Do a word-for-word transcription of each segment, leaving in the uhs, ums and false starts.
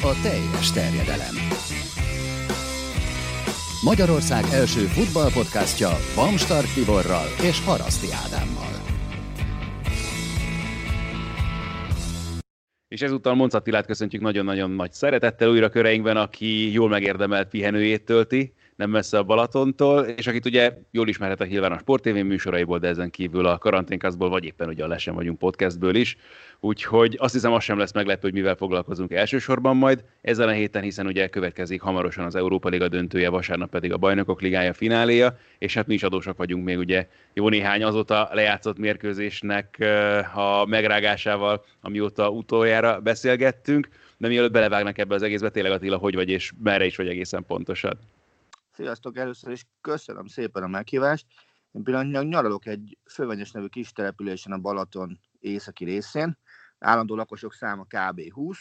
a teljes terjedelem. Magyarország első futballpodcastja Bamstart Tiborral és Haraszti Ádámmal. És ezúttal Monc Attilát köszöntjük nagyon-nagyon nagy szeretettel újra köreinkben, aki jól megérdemelt pihenőjét tölti, nem messze a Balatontól, és akit ugye jól ismerhet a nyilván a Sport té vé műsoraiból, de ezen kívül a Karanténkasztból, vagy éppen ugye a Lesen vagyunk podcastből is. Úgyhogy azt hiszem, az sem lesz meglepő, hogy mivel foglalkozunk elsősorban majd ezen a héten, hiszen ugye következik hamarosan az Európa Liga döntője, vasárnap pedig a Bajnokok Ligája fináléja, és hát mi is adósak vagyunk még ugye jó néhány azóta lejátszott mérkőzésnek a megrágásával, amióta utoljára beszélgettünk, de mielőtt belevágnak ebbe az egészbe, tényleg Attila, hogy vagy és merre is vagy egészen pontosan? Sziasztok, először is köszönöm szépen a meghívást. Én pillanatnyilag nyaralok egy Fővenyes nevű kis településen a Balaton északi részén. Állandó lakosok száma kb. húsz.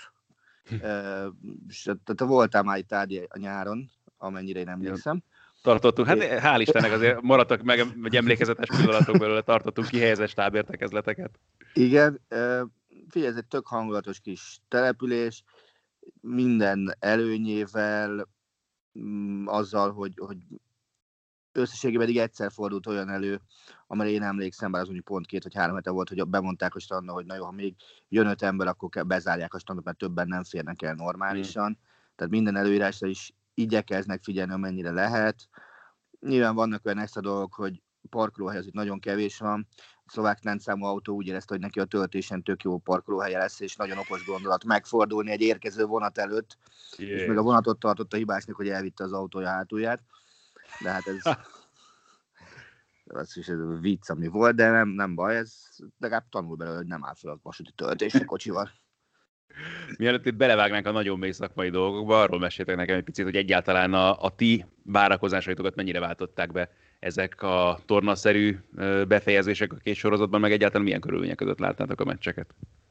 Tehát voltál már itt Ádi a nyáron, amennyire én emlékszem. Tartottunk, hát hál' Istennek azért maradtak meg, vagy emlékezetes pillanatok belőle, tartottunk kihelyezett stábértekezleteket. Igen, figyelj, ez egy tök hangulatos kis település, minden előnyével, azzal, hogy, hogy összességében pedig egyszer fordult olyan elő, amire én emlékszem, bár az úgy pont két vagy három hete volt, hogy bemondták a strandra, hogy na jó, ha még jön öt ember, akkor kell, bezárják a strandot, mert többen nem férnek el normálisan. Mm. Tehát minden előírásra is igyekeznek figyelni, amennyire lehet. Nyilván vannak olyan extra dolgok, hogy parkolóhely az itt nagyon kevés van. A szlovák rendszámú autó úgy érezte, hogy neki a töltésen tök jó parkolóhelye lesz, és nagyon okos gondolat megfordulni egy érkező vonat előtt, yeah. És még a vonatot tartott a hibásnak, hogy elvitte az autója hátulját. De hát ez, ez is egy vicc, ami volt, de nem, nem baj, ez legalább tanul belőle, hogy nem áll fel a vasúti töltésre kocsival. Mielőtt itt belevágnánk a nagyon mély szakmai dolgokba, arról meséltek nekem egy picit, hogy egyáltalán a, a ti várakozásaitokat mennyire váltották be ezek a tornaszerű befejezések a két sorozatban, meg egyáltalán milyen körülmények között láttátok a meccseket?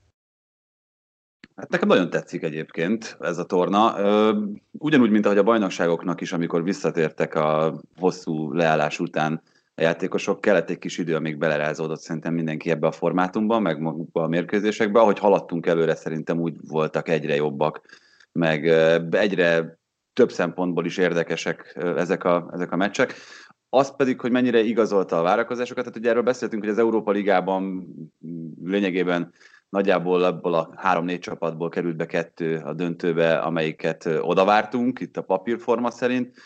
Hát nekem nagyon tetszik egyébként ez a torna. Ugyanúgy, mint ahogy a bajnokságoknak is, amikor visszatértek a hosszú leállás után a játékosok, kellett egy kis idő, amíg belerázódott szerintem mindenki ebbe a formátumban, meg magukba a mérkőzésekbe. Ahogy haladtunk előre, szerintem úgy voltak egyre jobbak, meg egyre több szempontból is érdekesek ezek a, ezek a meccsek. Az pedig, hogy mennyire igazolta a várakozásokat, tehát ugye erről beszéltünk, hogy az Európa Ligában lényegében nagyjából abból a három-négy csapatból került be kettő a döntőbe, amelyiket odavártunk, itt a papírforma szerint.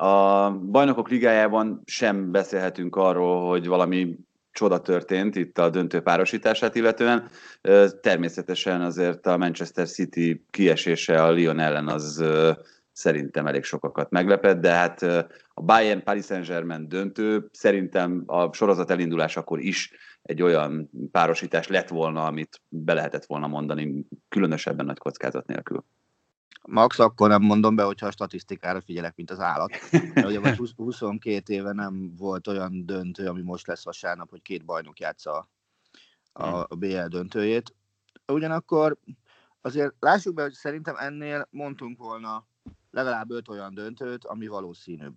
A Bajnokok Ligájában sem beszélhetünk arról, hogy valami csoda történt itt a döntő párosítását illetően. Természetesen azért a Manchester City kiesése a Lyon ellen az szerintem elég sokakat meglepett, de hát a Bayern Paris Saint-Germain döntő szerintem a sorozat elindulásakor is egy olyan párosítás lett volna, amit be lehetett volna mondani, különösebben nagy kockázat nélkül. Max, akkor nem mondom be, hogyha a statisztikára figyelek, mint az állat. Mert ugye most huszonkét éve nem volt olyan döntő, ami most lesz vasárnap, hogy két bajnok játsza a, a bé el döntőjét. Ugyanakkor azért lássuk be, hogy szerintem ennél mondtunk volna legalább öt olyan döntőt, ami valószínűbb.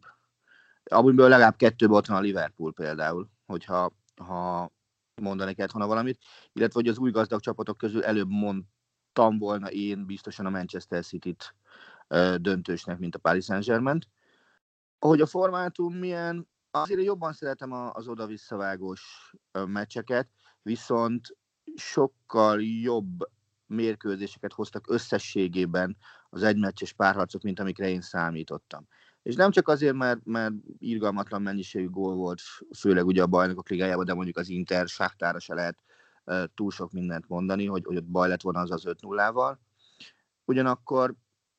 Amiből legalább kettőben ott van a Liverpool például, hogyha ha mondani kellett volna valamit, illetve hogy az új gazdag csapatok közül előbb mondtam volna én biztosan a Manchester City-t döntősnek, mint a Paris Saint-Germaint. Ahogy a formátum milyen, azért jobban szeretem az oda-visszavágós meccseket, viszont sokkal jobb mérkőzéseket hoztak összességében az egymeccses párharcok, mint amikre én számítottam. És nem csak azért, mert, mert irgalmatlan mennyiségű gól volt, főleg ugye a Bajnokok Ligájában, de mondjuk az Inter Sáktára se lehet uh, túl sok mindent mondani, hogy, hogy ott baj lett volna az az öt nullával. Ugyanakkor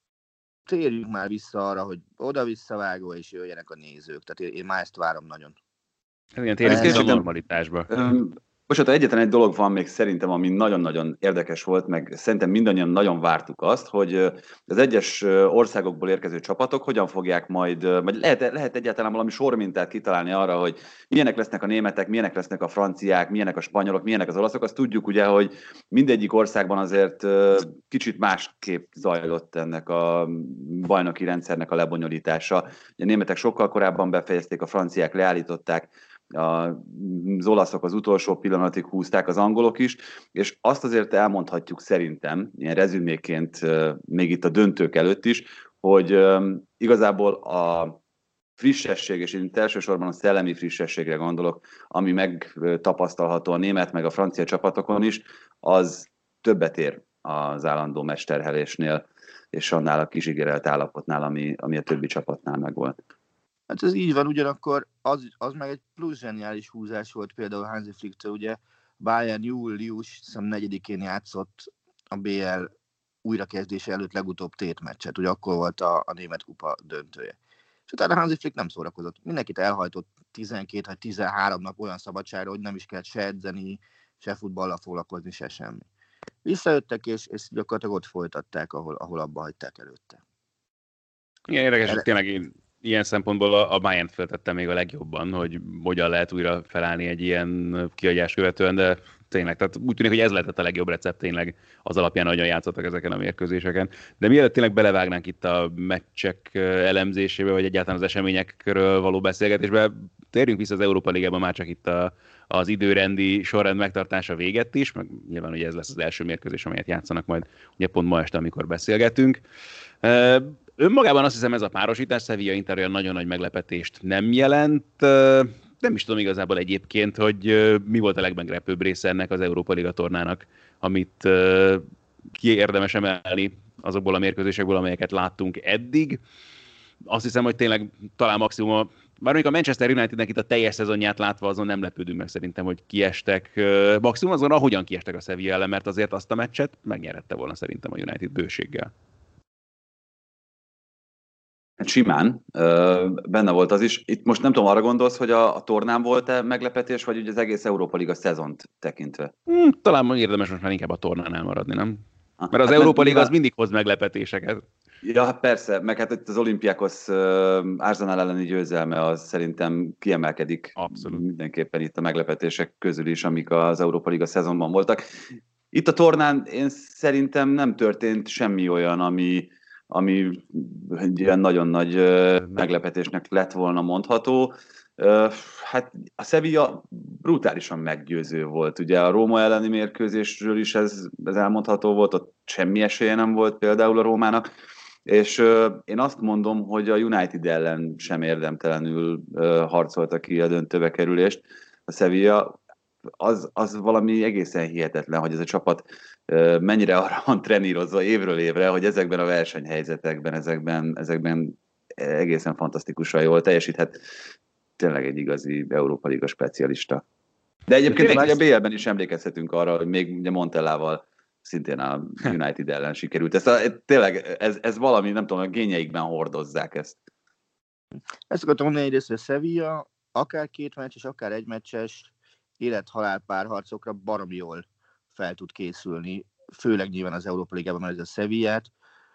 térjünk már vissza arra, hogy oda-visszavágó és jöjjenek a nézők. Tehát én, én már ezt várom nagyon. Igen, térjünk vissza a normalitásba. Bocsánat, egyetlen egy dolog van még szerintem, ami nagyon-nagyon érdekes volt, meg szerintem mindannyian nagyon vártuk azt, hogy az egyes országokból érkező csapatok hogyan fogják majd, vagy lehet, lehet egyáltalán valami sormintát kitalálni arra, hogy milyenek lesznek a németek, milyenek lesznek a franciák, milyenek a spanyolok, milyenek az olaszok. Azt tudjuk ugye, hogy mindegyik országban azért kicsit másképp zajlott ennek a bajnoki rendszernek a lebonyolítása. A németek sokkal korábban befejezték, a franciák leállították, az olaszok az utolsó pillanatig húzták, az angolok is, és azt azért elmondhatjuk szerintem, ilyen rezüméként még itt a döntők előtt is, hogy igazából a frissesség, és itt elsősorban a szellemi frissességre gondolok, ami megtapasztalható a német meg a francia csapatokon is, az többet ér az állandó mesterhelésnél, és annál a kizsigerelt állapotnál, ami, ami a többi csapatnál megvolt. Hát ez így van, ugyanakkor az, az meg egy plusz zseniális húzás volt például Hansi Flicktől, ugye Bayern július negyedikén játszott a bé el újrakezdése előtt legutóbb tétmeccset, ugye akkor volt a, a német kupa döntője. És utána Hansi Flick nem szórakozott. Mindenkit elhajtott tizenkét vagy tizenhárom nap olyan szabadságra, hogy nem is kellett se edzeni, se futballal foglalkozni, se semmi. Visszajöttek, és, és gyakorlatilag ott folytatták, ahol, ahol abba hagyták előtte. Igen, érdekes, hogy tényleg én ilyen szempontból a Bayern feltettem még a legjobban, hogy hogyan lehet újra felállni egy ilyen kiadás követően, de tényleg, tehát úgy tűnik, hogy ez lehetett a legjobb recept tényleg az alapján, ahogyan játszottak ezeken a mérkőzéseken. De mielőtt tényleg belevágnánk itt a meccsek elemzésébe, vagy egyáltalán az eseményekről való beszélgetésbe, térjünk vissza az Európa Ligában, már csak itt a, az időrendi sorrend megtartása véget is, meg nyilván ugye ez lesz az első mérkőzés, amelyet játszanak majd ugye pont ma este, amikor beszélgetünk. Önmagában azt hiszem, ez a párosítás Sevilla Inter olyan nagyon nagy meglepetést nem jelent. Nem is tudom igazából egyébként, hogy mi volt a legmeglepőbb része ennek az Európa Liga tornának, amit ki érdemes emelni azokból a mérkőzésekből, amelyeket láttunk eddig. Azt hiszem, hogy tényleg talán maximum, bár még a Manchester Unitednek itt a teljes szezonját látva, azon nem lepődünk meg szerintem, hogy kiestek. Maximum azon, ahogyan kiestek a Sevilla ellen, mert azért azt a meccset megnyerhette volna szerintem a United bőséggel. Simán, benne volt az is. Itt most nem tudom, arra gondolsz, hogy a, a tornán volt-e meglepetés, vagy ugye az egész Európa Liga szezont tekintve? Hmm, talán érdemes most már inkább a tornánál maradni, nem? Ha, Mert az hát Európa Liga nyilván... az mindig hoz meglepetéseket. Ja, persze, meg hát itt az Olympiakos uh, Arsenal elleni győzelme az szerintem kiemelkedik. Abszolút. Mindenképpen itt a meglepetések közül is, amik az Európa Liga szezonban voltak. Itt a tornán én szerintem nem történt semmi olyan, ami ami egy ilyen nagyon nagy uh, meglepetésnek lett volna mondható. Uh, hát a Sevilla brutálisan meggyőző volt. Ugye a Róma elleni mérkőzésről is ez, ez elmondható volt, ott semmi esélye nem volt például a Rómának, és uh, én azt mondom, hogy a United ellen sem érdemtelenül uh, harcolta ki a döntőbe kerülést. A Sevilla az, az valami egészen hihetetlen, hogy ez a csapat mennyire arra van trenírozva évről évre, hogy ezekben a versenyhelyzetekben, ezekben, ezekben egészen fantasztikusan jól teljesíthet. Tényleg egy igazi Európa Liga specialista. De egyébként tényleg a bé el-ben is emlékezhetünk arra, hogy még ugye Montellával szintén a United ellen sikerült. Ez, a, tényleg ez, ez valami, nem tudom, a génjeikben hordozzák ezt. Ezt akartam mondani egyrészt, hogy a Sevilla akár két meccses, akár egy meccses élet-halál párharcokra baromi jól fel tud készülni, főleg nyilván az Európa Ligában, mert ez a Sevillát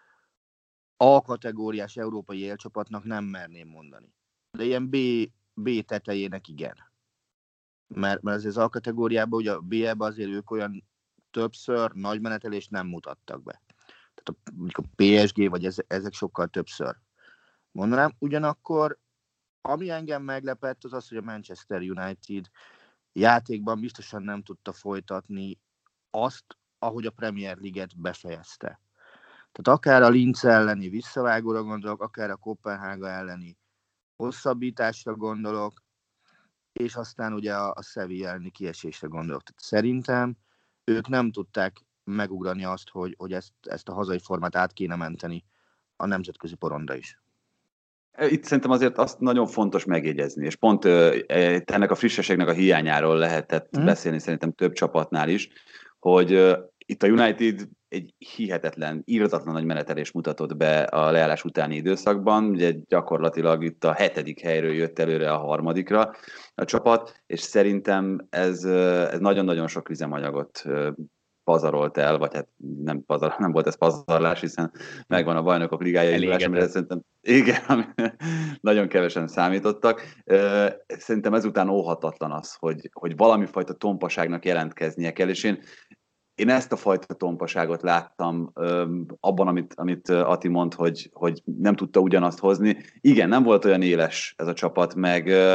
A-kategóriás európai élcsapatnak nem merném mondani. De ilyen B, B tetejének igen. Mert, mert az A-kategóriában, ugye a bé el-ben azért ők olyan többször nagy menetelést nem mutattak be. Tehát a, mondjuk a pé es gé, vagy ez, ezek sokkal többször. Mondanám, ugyanakkor ami engem meglepett, az az, hogy a Manchester United játékban biztosan nem tudta folytatni azt, ahogy a Premier League-et befejezte. Tehát akár a Linz elleni visszavágóra gondolok, akár a Kopenhága elleni hosszabbításra gondolok, és aztán ugye a, a Sevilla elleni kiesésre gondolok. Tehát szerintem ők nem tudták megugrani azt, hogy, hogy ezt, ezt a hazai formát át kéne menteni a nemzetközi porondra is. Itt szerintem azért azt nagyon fontos megjegyezni, és pont uh, ennek a frissességnek a hiányáról lehetett mm. beszélni szerintem több csapatnál is, hogy uh, itt a United egy hihetetlen, írtatlan nagy menetelést mutatott be a leállás utáni időszakban, ugye gyakorlatilag itt a hetedik helyről jött előre a harmadikra a csapat, és szerintem ez, uh, ez nagyon-nagyon sok üzemanyagot uh, pazarolt el, vagy hát nem, pazar, nem volt ez pazarlás, hiszen megvan a Bajnokok Ligája indulás, amire szerintem igen, nagyon kevesen számítottak. Szerintem ezután óhatatlan az, hogy, hogy valami fajta tompaságnak jelentkeznie kell, és én, én ezt a fajta tompaságot láttam abban, amit, amit Ati mond, hogy, hogy nem tudta ugyanazt hozni. Igen, nem volt olyan éles ez a csapat, meg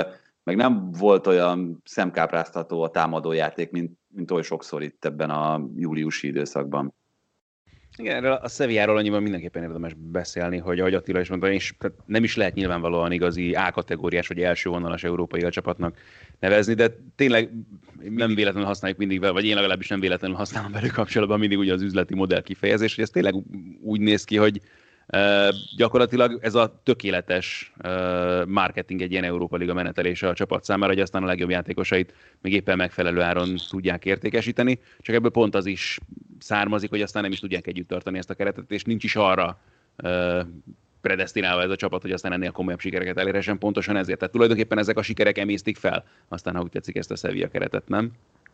meg nem volt olyan szemkápráztató a támadójáték, mint, mint oly sokszor itt ebben a júliusi időszakban. Igen, erről a Sevilláról annyiban mindenképpen érdemes beszélni, hogy ahogy Attila is mondta, és nem is lehet nyilvánvalóan igazi A-kategóriás vagy első vonalas európai élcsapatnak nevezni, de tényleg nem véletlenül használjuk mindig, vagy én legalábbis nem véletlenül használom velük kapcsolatban mindig ugye az üzleti modell kifejezés, hogy ez tényleg úgy néz ki, hogy Uh, gyakorlatilag ez a tökéletes uh, marketing egy ilyen Európa Liga menetelése a csapat számára, hogy aztán a legjobb játékosait még éppen megfelelő áron tudják értékesíteni, csak ebből pont az is származik, hogy aztán nem is tudják együtt tartani ezt a keretet, és nincs is arra uh, predesztinálva ez a csapat, hogy aztán ennél komolyabb sikereket elérhessen, pontosan ezért. Tehát tulajdonképpen ezek a sikerek emésztik fel, aztán ha úgy tetszik ezt a Sevilla keretet, nem?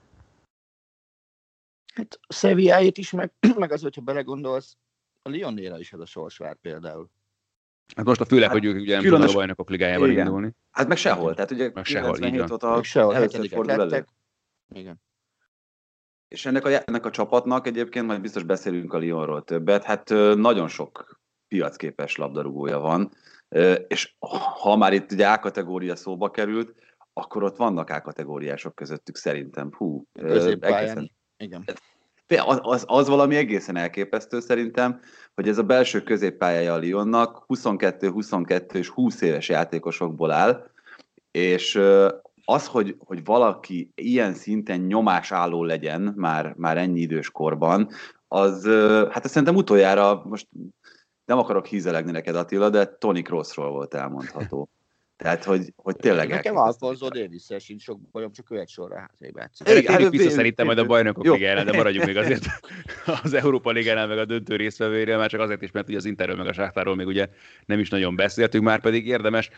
Hát a Sevilláét is, meg, meg az, hogyha belegondolsz, a Lyonnéra is ez a sors vár például. Hát most a főleg, hát, hogy ők ugye nem különös... tudnak a bajnokok ligájában igen. indulni. Hát meg sehol, tehát ugye meg sehol, kilencvenhét óta először fordul elő. Igen. És ennek a, ennek a csapatnak egyébként, majd biztos beszélünk a Lyonról többet, hát nagyon sok piacképes labdarúgója van, és ha már itt ugye A-kategória szóba került, akkor ott vannak A-kategóriások közöttük szerintem. Hú, középpályán. Igen. Az, az, az valami egészen elképesztő szerintem, hogy ez a belső középpályája a Lyonnak huszonkettő, huszonkettő és húsz éves játékosokból áll, és az, hogy, hogy valaki ilyen szinten nyomásálló legyen már, már ennyi idős korban, az, hát ezt szerintem utoljára, most nem akarok hízelegni neked Attila, de Toni Kroosról volt elmondható. Tehát, hogy, hogy tényleg... Nekem Alfonso Davis-szel sincs sok bajom, csak ő egy sorra hátrébb játszik. Térjük vissza szerintem majd a bajnokok ligájára, de maradjunk még azért az Európa Ligánál, meg a döntő résztvevőire, már csak azért is, mert ugye az Interről, meg a Sáktárról még ugye nem is nagyon beszéltünk, már pedig érdemes.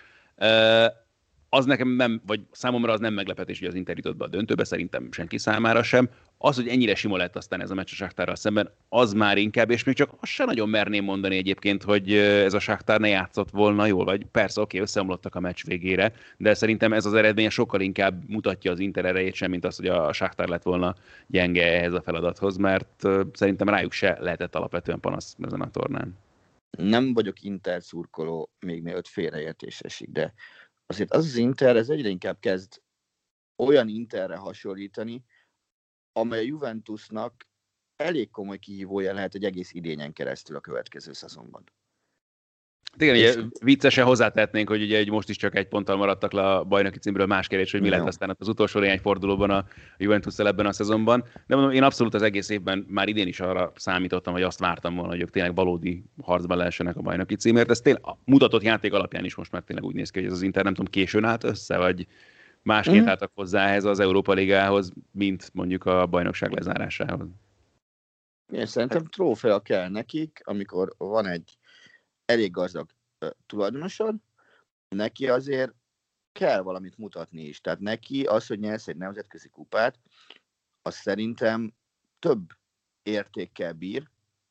Az nekem nem, vagy számomra az nem meglepetés, hogy az Inter jutott be a döntőbe, szerintem senki számára sem. Az, hogy ennyire sima lett aztán ez a meccs a Sáktárral szemben, az már inkább, és még csak azt sem nagyon merném mondani egyébként, hogy ez a Sáktár ne játszott volna jól, vagy persze oké, összeomlottak a meccs végére, de szerintem ez az eredmény sokkal inkább mutatja az Inter erejét sem, mint az, hogy a Sáktár lett volna gyenge ehhez a feladathoz, mert szerintem rájuk se lehetett alapvetően panasz ezen a tornán. Nem vagyok Inter szurkoló, még mielőtt félreértés esik, de azért az az Inter, ez egyre inkább kezd olyan Interre hasonlítani, amely a Juventusnak elég komoly kihívója lehet egy egész idényen keresztül a következő szezonban. Igen, ugye viccesen hozzátehetnénk, hogy ugye most is csak egy ponttal maradtak le a bajnoki címről, más kérdés, hogy mi lett aztán az utolsó néhány fordulóban a Juventussal ebben a szezonban. De mondom, én abszolút az egész évben már idén is arra számítottam, hogy azt vártam volna, hogy ők tényleg valódi harcban lehessenek a bajnoki címért. Ez tényleg a mutatott játék alapján is most már tényleg úgy néz ki, hogy ez az Inter nem tudom, későn állt össze, vagy másként mm. álltak hozzá ehhez az Európa Ligához, mint mondjuk a bajnokság lezárásához. Én szerintem trófea kell nekik, amikor van egy elég gazdag uh, tulajdonosod, neki azért kell valamit mutatni is. Tehát neki az, hogy nyersz egy nemzetközi kupát, az szerintem több értékkel bír,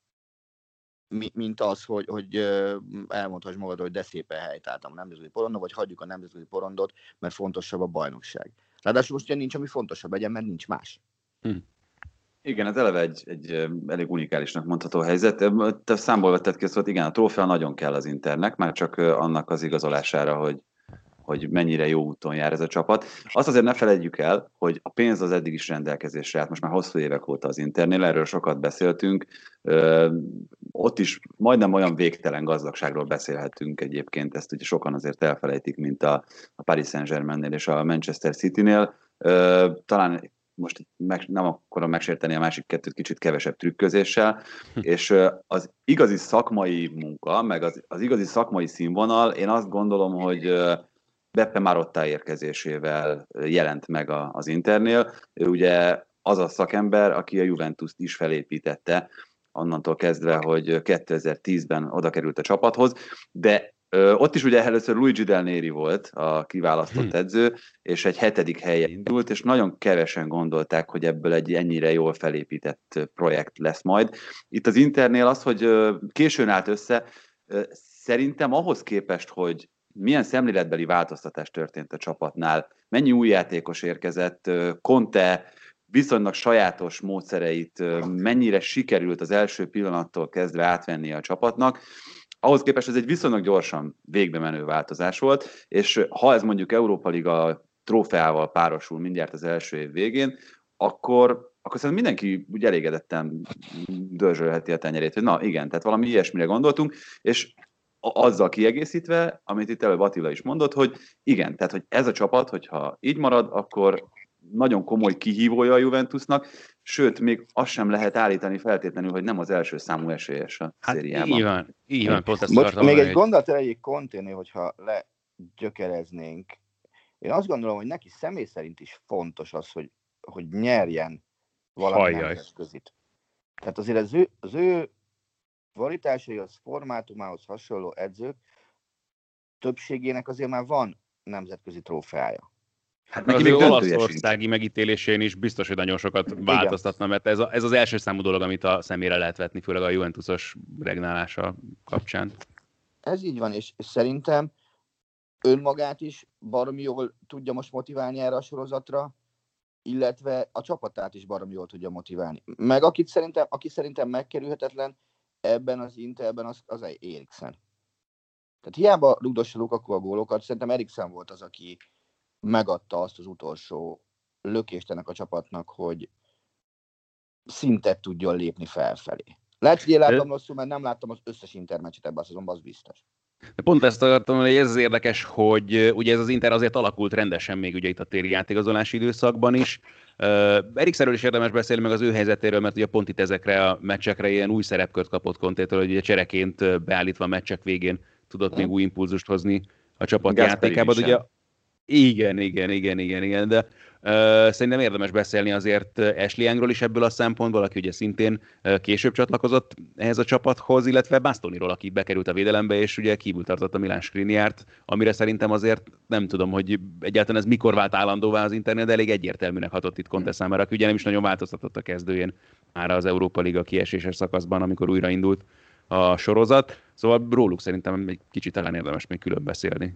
mint az, hogy, hogy elmondhass magad, hogy de szépen helytáltam a nemzetközi porondon, vagy hagyjuk a nemzetközi porondot, mert fontosabb a bajnokság. Ráadásul most ugye nincs, ami fontosabb legyen, mert nincs más. Hm. Igen, ez eleve egy, egy elég unikálisnak mondható helyzet. Te számból vetted ki, szóval igen, a trófea nagyon kell az Internek, már csak annak az igazolására, hogy, hogy mennyire jó úton jár ez a csapat. Azt azért ne felejtjük el, hogy a pénz az eddig is rendelkezésre állt, most már hosszú évek óta az Internél, erről sokat beszéltünk. Ö, ott is majdnem olyan végtelen gazdagságról beszélhetünk egyébként, ezt ugye sokan azért elfelejtik, mint a, a Paris Saint-Germainnél és a Manchester Citynél. Ö, talán most meg, nem akarom megsérteni a másik kettőt kicsit kevesebb trükközéssel, és az igazi szakmai munka, meg az, az igazi szakmai színvonal, én azt gondolom, hogy Beppe Marotta érkezésével jelent meg a, az Internél. Ő ugye az a szakember, aki a Juventust is felépítette, annantól kezdve, hogy kétezer-tízben oda került a csapathoz, de Ö, ott is ugye először Luigi Del Neri volt a kiválasztott edző, és egy hetedik helyen indult, és nagyon kevesen gondolták, hogy ebből egy ennyire jól felépített projekt lesz majd. Itt az Internél az, hogy ö, későn állt össze, ö, szerintem ahhoz képest, hogy milyen szemléletbeli változtatás történt a csapatnál, mennyi új játékos érkezett, ö, Conte viszonylag sajátos módszereit, ö, mennyire sikerült az első pillanattól kezdve átvenni a csapatnak, ahhoz képest ez egy viszonylag gyorsan végbe menő változás volt, és ha ez mondjuk Európa Liga trófeával párosul mindjárt az első év végén, akkor, akkor szerintem mindenki úgy elégedetten dörzsölheti a tenyerét, hogy na igen, tehát valami ilyesmire gondoltunk, és azzal kiegészítve, amit itt előbb Attila is mondott, hogy igen, tehát hogy ez a csapat, hogyha így marad, akkor nagyon komoly kihívója a Juventusnak, sőt, még azt sem lehet állítani feltétlenül, hogy nem az első számú esélyes a hát szériában. Így van, így van, pont ezt Most még egy hogy... gondolat erejéig Conténél, hogyha legyökereznénk. Én azt gondolom, hogy neki személy szerint is fontos az, hogy, hogy nyerjen valami nemzetközit. Tehát azért az ő, az ő kvalitásaihoz, formátumához hasonló edzők többségének azért már van nemzetközi trófeája. Hát neki még olaszországi megítélésén is biztos, hogy nagyon sokat változtatna, mert ez, a, ez az első számú dolog, amit a szemére lehet vetni, főleg a Juventusos regnálása kapcsán. Ez így van, és, és szerintem önmagát is baromi jól tudja most motiválni erre a sorozatra, illetve a csapatát is baromi jól tudja motiválni. Meg akit szerintem, aki szerintem megkerülhetetlen ebben az Interben, az, az Eriksen. Tehát hiába rugdossa Lukaku a gólokat, szerintem Eriksen volt az, aki megadta azt az utolsó lökést ennek a csapatnak, hogy szintet tudjon lépni felfelé. Lehet, hogy én láttam rosszul, mert nem láttam az összes Inter meccset ebben a szezonban, az biztos. De pont ezt akartam, hogy ez az érdekes, hogy ugye ez az Inter azért alakult rendesen még ugye itt a téli játékozolási időszakban is. Uh, Eriksenről is érdemes beszélni meg az ő helyzetéről, mert ugye pont itt ezekre a meccsekre ilyen új szerepkört kapott Contétől, hogy ugye csereként beállítva a meccsek végén tudott még új impulzust hozni a csapat játékában. Ugye Igen, igen, igen, igen, igen, de uh, szerintem érdemes beszélni azért Ashley Youngról is ebből a szempontból, aki ugye szintén uh, később csatlakozott ehhez a csapathoz, illetve Bastoniról, aki bekerült a védelembe, és ugye kívül tartott a Milan Skriniart, amire szerintem azért nem tudom, hogy egyáltalán ez mikor vált állandóvá az Internet, de elég egyértelműnek hatott itt Conte számára, aki ugye nem is nagyon változtatott a kezdőjén már az Európa Liga kieséses szakaszban, amikor újraindult a sorozat. Szóval róluk szerintem egy kicsit talán érdemes még külön beszélni.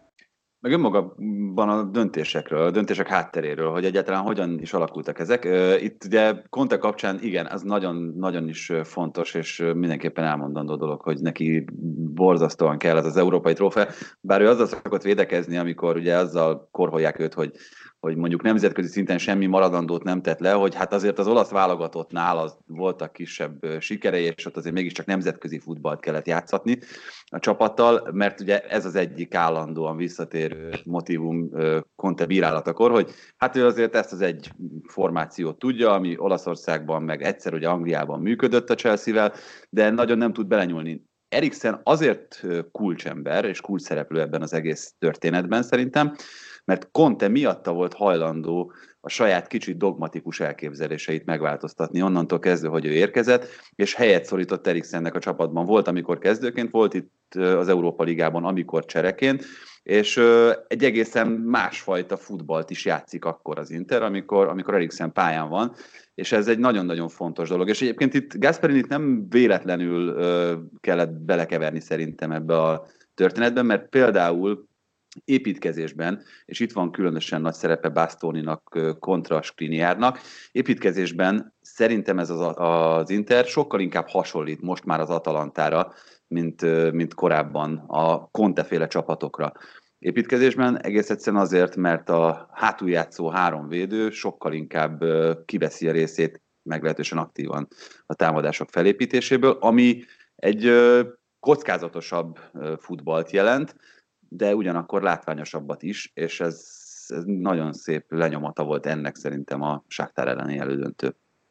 Meg önmagában a döntésekről, a döntések hátteréről, hogy egyáltalán hogyan is alakultak ezek. Itt ugye Conte kapcsán igen, ez nagyon-nagyon is fontos, és mindenképpen elmondandó dolog, hogy neki borzasztóan kell ez az európai trófea, bár ő azzal szokott védekezni, amikor ugye azzal korholják őt, hogy hogy mondjuk nemzetközi szinten semmi maradandót nem tett le, hogy hát azért az olasz válogatottnál az voltak kisebb sikerei, és ott azért mégiscsak nemzetközi futballt kellett játszatni a csapattal, mert ugye ez az egyik állandóan visszatérő motívum Conte bírálatakor, hogy hát ő azért ezt az egy formációt tudja, ami Olaszországban meg egyszer ugye Angliában működött a Chelsea-vel, de nagyon nem tud belenyúlni. Eriksen azért kulcsember és kulcsszereplő ebben az egész történetben szerintem, mert Conte miatta volt hajlandó a saját kicsit dogmatikus elképzeléseit megváltoztatni onnantól kezdve, hogy ő érkezett, és helyet szorított Eriksennek a csapatban. Volt, amikor kezdőként, volt itt az Európa Ligában, amikor csereként, és egy egészen másfajta futballt is játszik akkor az Inter, amikor, amikor Eriksen pályán van, és ez egy nagyon-nagyon fontos dolog. És egyébként itt Gasperinit nem véletlenül kellett belekeverni szerintem ebbe a történetben, mert például építkezésben, és itt van különösen nagy szerepe Bastoninak kontra Skriniarnak, építkezésben szerintem ez az, az Inter sokkal inkább hasonlít most már az Atalantára, mint, mint korábban a Conte-féle csapatokra. Építkezésben egész egyszerűen azért, mert a hátuljátszó három védő sokkal inkább kiveszi a részét meglehetősen aktívan a támadások felépítéséből, ami egy kockázatosabb futballt jelent, de ugyanakkor látványosabbat is, és ez, ez nagyon szép lenyomata volt ennek szerintem a Shakhtar elleni elődöntő.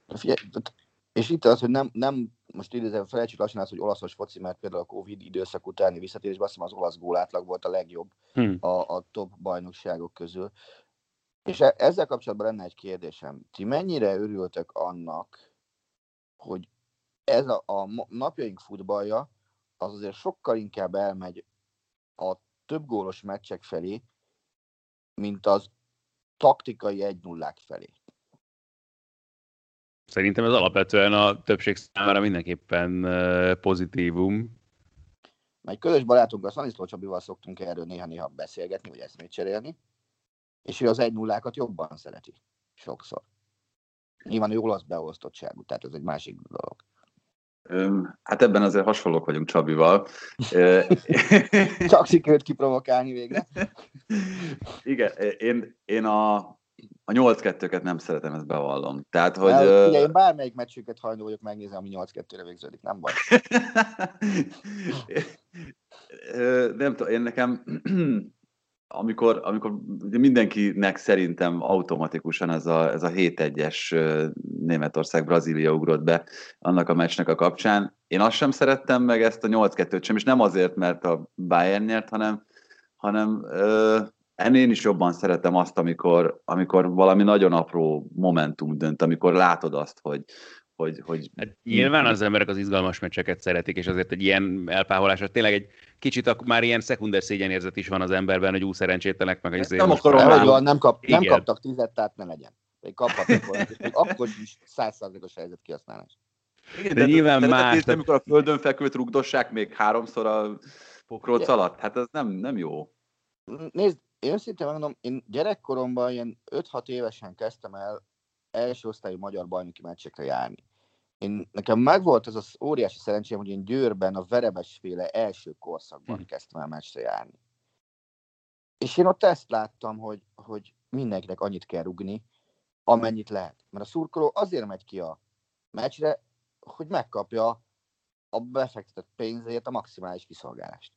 És itt az, hogy nem, nem most idézem, felejtsük lassan az, hogy olaszos foci, mert például a Covid időszak utáni visszatérésben azt hiszem az olasz gólátlag volt a legjobb hmm. a, a top bajnokságok közül. És e- ezzel kapcsolatban lenne egy kérdésem. Ti mennyire örültök annak, hogy ez a, a napjaink futballja az azért sokkal inkább elmegy a több gólos meccsek felé, mint az taktikai egy nullák felé. Szerintem ez alapvetően a többség számára mindenképpen pozitívum. Egy közös barátunkkal, Szaniszló Csabival szoktunk erről néha-néha beszélgetni, vagy eszmét cserélni, és ő az egy nullákat jobban szereti. Sokszor. Nyilván ő olasz beosztottságú, tehát ez egy másik dolog. Hát ebben azért hasonlók vagyunk Csabival. Csak sikerült kiprovokálni végre. igen, én, én a, a nyolc kettőket nem szeretem, ezt bevallom. Tehát, hogy... Mert, ugye, én bármelyik meccsüket hajlandó vagyok megnézni, ami nyolc kettőre végződik, nem baj. Nem tudom, én nekem... Amikor, amikor mindenkinek szerintem automatikusan ez a, ez a hét egyes Németország-Brazília ugrott be annak a meccsnek a kapcsán. Én azt sem szerettem, meg ezt a nyolc kettőt sem, és nem azért, mert a Bayern nyert, hanem, hanem ö, ennél is jobban szeretem azt, amikor, amikor valami nagyon apró momentum dönt, amikor látod azt, hogy, hogy, hogy... Hát nyilván az emberek az izgalmas meccseket szeretik, és azért egy ilyen elpáholásra tényleg egy kicsit már ilyen szekunder szégyenérzet is van az emberben, hogy ú, szerencsétlenek meg. Azért nem akarom már... Van, nem, kap, nem kaptak tizet, tehát ne legyen. Vagy kaphatnak volna, és még akkor is száz százalékos helyzet kihasználás. Igen, de, de nyilván más. Nézni, amikor a földön fekvőt rugdossák még háromszor a pokróc alatt, hát ez nem, nem jó. Nézd, én őszintén megmondom, én gyerekkoromban ilyen öt-hat évesen kezdtem el első osztályú magyar bajnoki meccsekre járni. Én, nekem megvolt az az óriási szerencsém, hogy én Győrben a Verebesféle első korszakban hm. kezdtem el meccsre járni. És én ott ezt láttam, hogy, hogy mindenkinek annyit kell rugni, amennyit lehet. Mert a szurkoló azért megy ki a meccsre, hogy megkapja a befektetett pénzért a maximális kiszolgálást.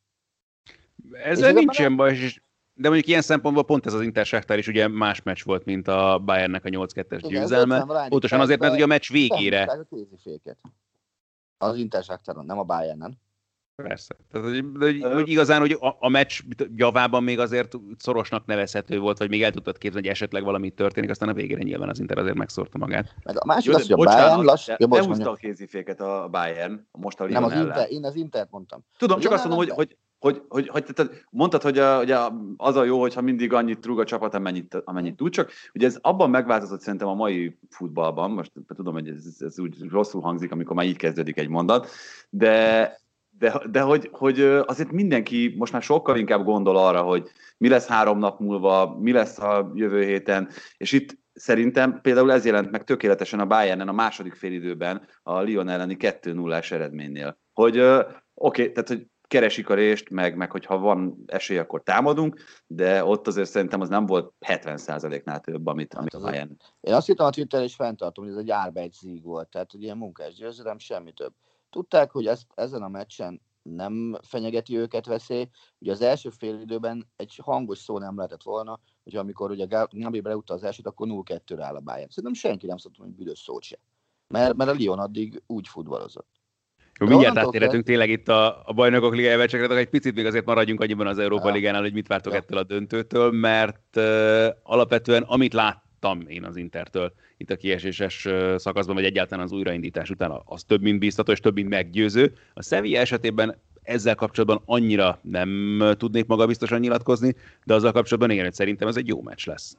Ezzel nincsen baj, és de mondjuk ilyen szempontból pont ez az Inter-Shakhtar is ugye más meccs volt, mint a Bayernnek a nyolc kettes győzelme. Pontosan azért, mert ugye a meccs végére... A kéziféket. Az Inter-Shakhtaron, nem a Bayernen. Persze. Tehát, hogy, hogy, hogy igazán, hogy a, a meccs javában még azért szorosnak nevezhető volt, vagy még el tudtad képzelni, hogy esetleg valami történik, aztán a végére nyilván az Inter azért megszórta magát. Meg a másik az, hogy a Bayern lass... Ja, nem húzta a kéziféket a Bayern, most a Lyon nem, az ellen. Inter, én az Intert mondtam. Tudom, csak azt mondom, hogy, hogy Hogy, hogy, hogy tehát mondtad, hogy, a, hogy a, az a jó, hogyha mindig annyit rúg a csapat, amennyit, amennyit tud, csak ugye ez abban megváltozott szerintem a mai futballban, most tudom, hogy ez, ez úgy rosszul hangzik, amikor már így kezdődik egy mondat, de, de, de hogy, hogy azért mindenki most már sokkal inkább gondol arra, hogy mi lesz három nap múlva, mi lesz a jövő héten, és itt szerintem például ez jelent meg tökéletesen a Bayernen a második félidőben a Lyon elleni kettő nullás eredménynél, hogy oké, okay, tehát hogy keresik a rést, meg, meg hogyha van esély, akkor támadunk, de ott azért szerintem az nem volt hetven százaléknál több, amit, amit hát a Bayern. Én azt hittem a Twitter és fenntartom, hogy ez egy árbejtszíg volt, tehát hogy ilyen munkás győzelem, semmi több. Tudták, hogy ezt, ezen a meccsen nem fenyegeti őket veszély. Ugye az első fél időben egy hangos szó nem lehetett volna, hogy amikor ugye Gnabry beútta az elsőt, akkor nulla kettőre áll a Bayern. Szerintem senki nem szokott mondani büdös szót se. Mert, mert a Lyon addig úgy futballozott. Jó, mindjárt áttérhetünk tényleg itt a, a bajnokok ligája meccseket, egy picit még azért maradjunk annyiban az Európa Ligánál, hogy mit vártok ja. ettől a döntőtől, mert uh, alapvetően amit láttam én az Intertől itt a kieséses uh, szakaszban, vagy egyáltalán az újraindítás után, az több mint bíztató és több mint meggyőző. A Sevilla esetében ezzel kapcsolatban annyira nem tudnék magabiztosan nyilatkozni, de azzal kapcsolatban igen, hogy szerintem ez egy jó meccs lesz.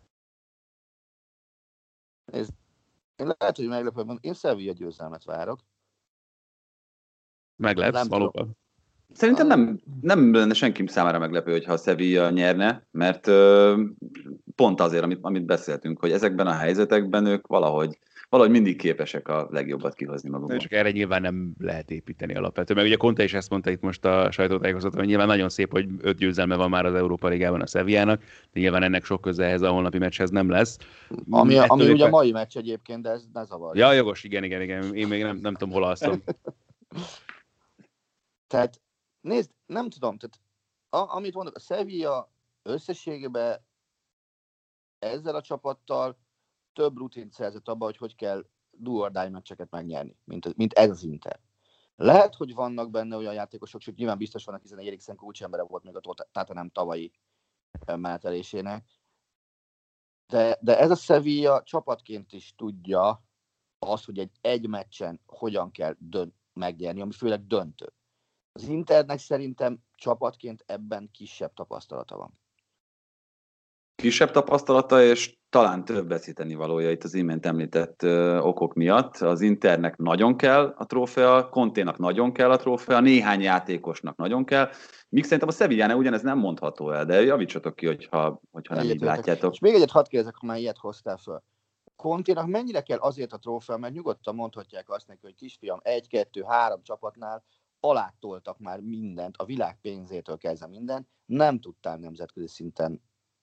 Nézd, én lehet, hogy meglepően, én Sevilla győzelmet várok. Meglepsz, valóban. Szerintem nem, nem lenne senki számára meglepő, hogyha a Sevilla nyerne, mert ö, pont azért, amit, amit beszéltünk, hogy ezekben a helyzetekben ők valahogy, valahogy mindig képesek a legjobbat kihozni magukból. Csak erre nyilván nem lehet építeni alapvetően. Mert ugye Conte is ezt mondta itt most a sajtótájékoztatón, hogy nyilván nagyon szép, hogy öt győzelme van már az Európa Ligában a Sevillának, de nyilván ennek sok köze ehhez a holnapi meccshez nem lesz. Ami, ami ugye a mai meccs egyébként, de ez ne zavarja. Ja, jogos, igen, igen, igen. Én még nem, nem tudom, hol alszom. Tehát nézd, nem tudom, tehát a, amit mondok, a Sevilla összességében ezzel a csapattal több rutint szerzett abban, hogy hogy kell do-or-die meccseket megnyerni, mint, mint ez az Inter. Lehet, hogy vannak benne olyan játékosok, sőt nyilván biztos vannak, hiszen Eriksen kulcsembere volt még a Tottenham tavalyi menetelésének, de, de ez a Sevilla csapatként is tudja azt, hogy egy, egy meccsen hogyan kell dönt, megnyerni, ami főleg döntő. Az Internek szerintem csapatként ebben kisebb tapasztalata van. Kisebb tapasztalata, és talán több veszíteni valója itt az imént említett ö, okok miatt. Az Internek nagyon kell a trófea, Conténak nagyon kell a trófea, néhány játékosnak nagyon kell. Míg szerintem a Sevillánál ugyanez nem mondható el, de javítsatok ki, hogyha, hogyha nem így látjátok. És még egyet hadd kérdezek, ha már ilyet hoztál föl. Conténak mennyire kell azért a trófea, mert nyugodtan mondhatják azt neki, hogy kisfiam, egy, kettő, három csapatnál alátoltak már mindent, a világ pénzétől kezdve mindent, nem tudtál nemzetközi szinten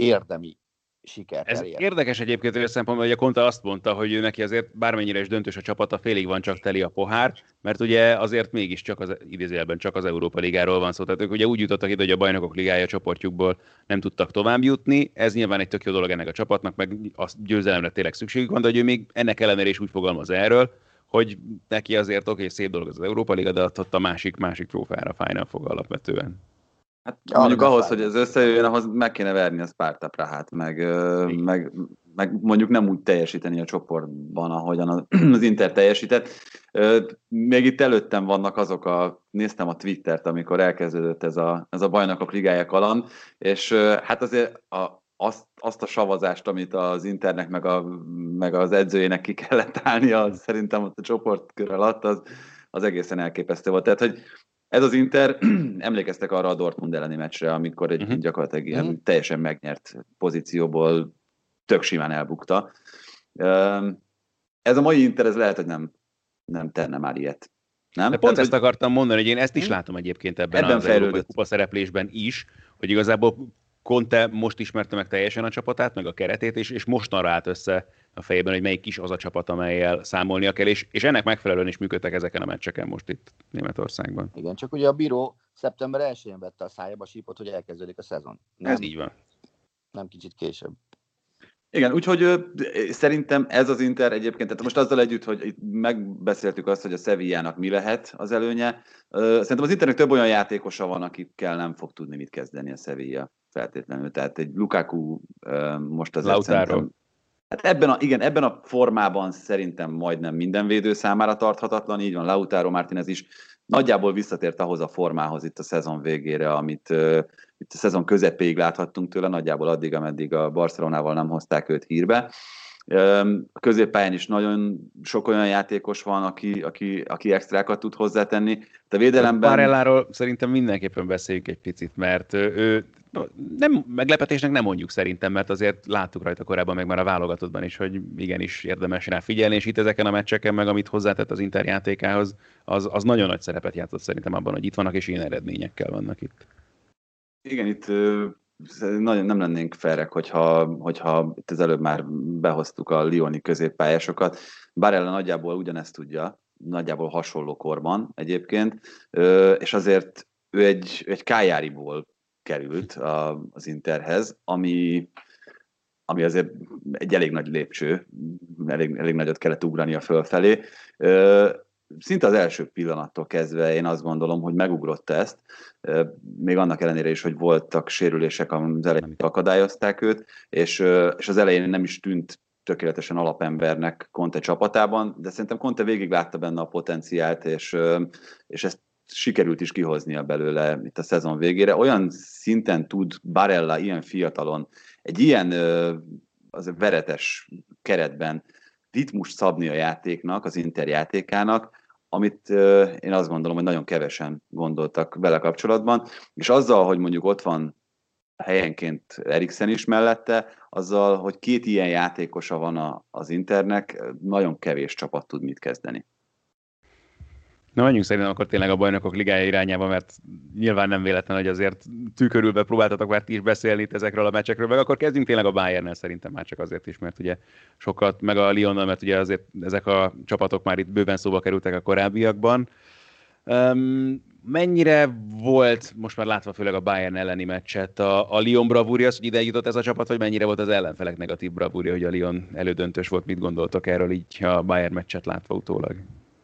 érdemi sikert Ez elért. érdekes egyébként olyan szempontból, hogy a Conte azt mondta, hogy ő neki azért bármennyire is döntős a csapata, félig van csak teli a pohár, mert ugye azért mégiscsak az idézőjelben csak az Európa Ligáról van szó. Tehát ők ugye úgy jutottak ide, hogy a Bajnokok Ligája csoportjukból nem tudtak tovább jutni. Ez nyilván egy tök jó dolog ennek a csapatnak, meg a győzelemre tényleg szükségük van, de hogy ő még ennek ellenére is úgy fogalmaz erről, hogy neki azért oké, szép dolog az Európa Liga, de ott a másik, másik trófára Final Four alapvetően. Hát mondjuk ahhoz, hogy ez összejöjjön, ahhoz meg kéne verni a Sparta Prahát, meg, meg, meg mondjuk nem úgy teljesíteni a csoportban, ahogyan az Inter teljesített. Még itt előttem vannak azok a, néztem a Twittert, amikor elkezdődött ez a, ez a Bajnokok Ligája kaland, és hát azért a, azt, azt a savazást, amit az Internek meg, a, meg az edzőjének ki kellett állnia, az szerintem ott a csoportkör alatt, az, az egészen elképesztő volt. Tehát, hogy ez az Inter, emlékeztek arra a Dortmund elleni meccsre, amikor egy uh-huh. gyakorlatilag ilyen uh-huh. teljesen megnyert pozícióból tök simán elbukta. Ez a mai Inter, ez lehet, hogy nem, nem tenne már ilyet. Nem? De pont Tehát, ezt hogy... akartam mondani, hogy én ezt is látom egyébként ebben, ebben az Európai Kupa szereplésben is, hogy igazából Conte most ismerte meg teljesen a csapatát, meg a keretét, és, és mostanra állt össze a fejében, hogy melyik is az a csapat, amellyel számolnia kell, és, és ennek megfelelően is működtek ezeken a meccseken most itt Németországban. Igen, csak ugye a bíró szeptember elsején vette a szájába sípot, hogy elkezdődik a szezon. Nem, ez így van. Nem kicsit később. Igen, úgyhogy ö, szerintem ez az Inter egyébként, tehát most azzal együtt, hogy itt megbeszéltük azt, hogy a Sevillának mi lehet az előnye. Ö, szerintem az Internek több olyan játékosa van, akikkel nem fog tudni mit kezdeni a Sevilla feltétlenül. Tehát egy Lukaku ö, most azért Lautaro. szerintem... Hát ebben a, igen, ebben a formában szerintem majdnem minden védő számára tarthatatlan, így van, Lautaro Martínez is nagyjából visszatért ahhoz a formához itt a szezon végére, amit uh, itt a szezon közepéig láthattunk tőle, nagyjából addig, ameddig a Barcelonával nem hozták őt hírbe. Um, a középpályán is nagyon sok olyan játékos van, aki, aki, aki extrákat tud hozzátenni. A védelemben... Barelláról szerintem mindenképpen beszéljük egy picit, mert ő nem, meglepetésnek nem mondjuk szerintem, mert azért láttuk rajta korábban, meg már a válogatottban is, hogy igenis érdemes rá figyelni, és itt ezeken a meccseken, meg amit hozzátett az Inter játékához, az, az nagyon nagy szerepet játszott szerintem abban, hogy itt vannak, és ilyen eredményekkel vannak itt. Igen, itt nagyon nem lennénk ferrek, hogyha, hogyha itt az előbb már behoztuk a lyoni középpályásokat. Barella nagyjából ugyanezt tudja, nagyjából hasonló korban egyébként, és azért ő egy, egy Cagliariból került az Interhez, ami, ami azért egy elég nagy lépcső, elég, elég nagyot kellett ugrania fölfelé. Szinte az első pillanattól kezdve én azt gondolom, hogy megugrotta ezt, még annak ellenére is, hogy voltak sérülések, az elején akadályozták őt, és, és az elején nem is tűnt tökéletesen alapembernek Conte csapatában, de szerintem Conte végig látta benne a potenciált, és, és ezt sikerült is kihoznia belőle itt a szezon végére. Olyan szinten tud Barella ilyen fiatalon, egy ilyen az veretes keretben ritmust szabni a játéknak, az Inter játékának, amit én azt gondolom, hogy nagyon kevesen gondoltak vele kapcsolatban, és azzal, hogy mondjuk ott van helyenként Eriksen is mellette, azzal, hogy két ilyen játékosa van az Internek, nagyon kevés csapat tud mit kezdeni. Na, menjünk szerintem akkor tényleg a Bajnokok Ligája irányába, mert nyilván nem véletlen, hogy azért tükörülve próbáltatok már ti is beszélni itt ezekről a meccsekről, meg akkor kezdjünk tényleg a Bayernnel szerintem már csak azért is, mert ugye sokat, meg a Lyonnal, mert ugye azért ezek a csapatok már itt bőven szóba kerültek a korábbiakban. Um, mennyire volt, most már látva főleg a Bayern elleni meccset, a, a Lyon bravúrja, az, hogy ide jutott ez a csapat, vagy mennyire volt az ellenfelek negatív bravúrja, hogy a Lyon elődöntős volt, mit gondoltok erről így a Bayern meccset látva utólag?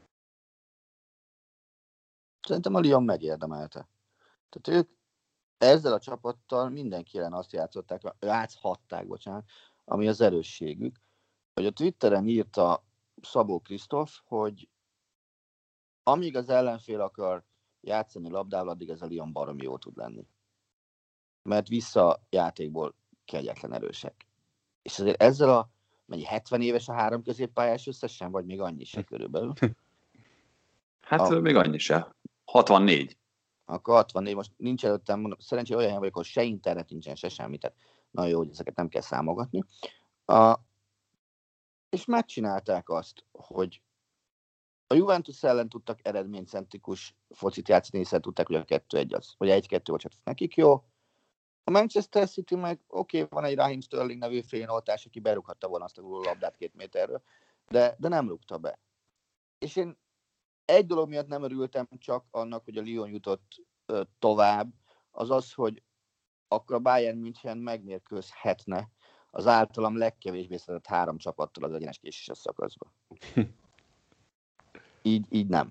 Szerintem a Lyon megérdemelte. Tehát ők ezzel a csapattal mindenki ellen azt játszották, játszhatták, bocsánat, ami az erősségük. Hogy a Twitteren írta Szabó Krisztóf, hogy amíg az ellenfél akar játszani labdával, addig ez a Lyon baromi jó tud lenni. Mert vissza játékból kegyetlen erősek. És azért ezzel a mennyi hetven éves a három középpályás összesen, vagy még annyi se körülbelül? Hát a... még annyi se. hatvannégy. Akkor hatvannégy, most nincs előttem, mondom, szerencsére olyan helyen vagyok, hogy se internet nincsen, se semmi, tehát nagyon jó, hogy ezeket nem kell számogatni. A... És megcsinálták azt, hogy a Juventus ellen tudtak eredménycentrikus focit játszani, hiszen tudták, hogy a kettő egy az, vagy egy kettő, vagy hát nekik jó. A Manchester City meg oké, okay, van egy Raheem Sterling nevű féloltás, aki berúghatta volna azt a labdát két méterről, de, de nem rúgta be. És én egy dolog miatt nem örültem csak annak, hogy a Lyon jutott ö, tovább, az az, hogy akkor a Bayern München megmérkőzhetne az általam legkevésbé szeretett három csapattal az egyenes késéses szakaszba. Így, így nem.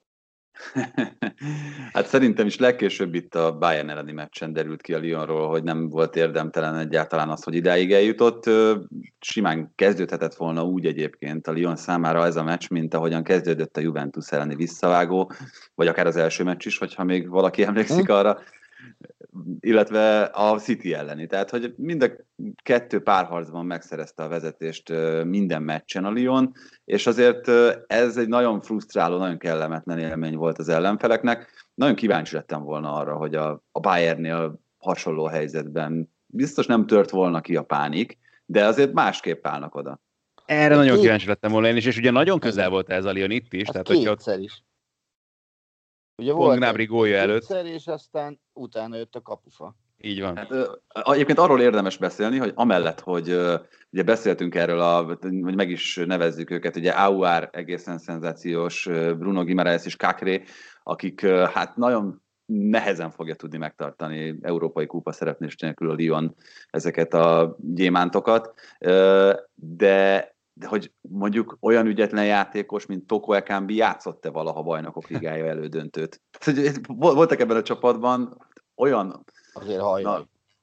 Hát szerintem is legkésőbb itt a Bayern elleni meccsen derült ki a Lyonról, hogy nem volt érdemtelen egyáltalán az, hogy idáig eljutott. Simán kezdődhetett volna úgy egyébként a Lyon számára ez a meccs, mint ahogyan kezdődött a Juventus elleni visszavágó, vagy akár az első meccs is, hogyha még valaki emlékszik arra, illetve a City elleni. Tehát, hogy mind a kettő párharcban megszerezte a vezetést minden meccsen a Lyon, és azért ez egy nagyon frusztráló, nagyon kellemetlen élmény volt az ellenfeleknek. Nagyon kíváncsi lettem volna arra, hogy a, a Bayernnél hasonló helyzetben biztos nem tört volna ki a pánik, de azért másképp állnak oda. Erre nagyon két... kíváncsi lettem volna én is, és ugye nagyon közel volt ez a Lyon itt is. Hát tehát, kétszer hogy is. Ugye volt Gnabry gólja előtt. És aztán utána jött a kapufa. Így van. Hát, egyébként arról érdemes beszélni, hogy amellett, hogy ugye beszéltünk erről, a, hogy meg is nevezzük őket, ugye Aouar egészen szenzációs, Bruno Guimaraes és Kakré, akik hát nagyon nehezen fogja tudni megtartani európai kupa szereplés nélkül a Lyon ezeket a gyémántokat, de de hogy mondjuk olyan ügyetlen játékos, mint Toko Ekambi játszott-e valaha bajnokok ligája elődöntőt? Voltak ebben a csapatban olyan... Azért hajjaj.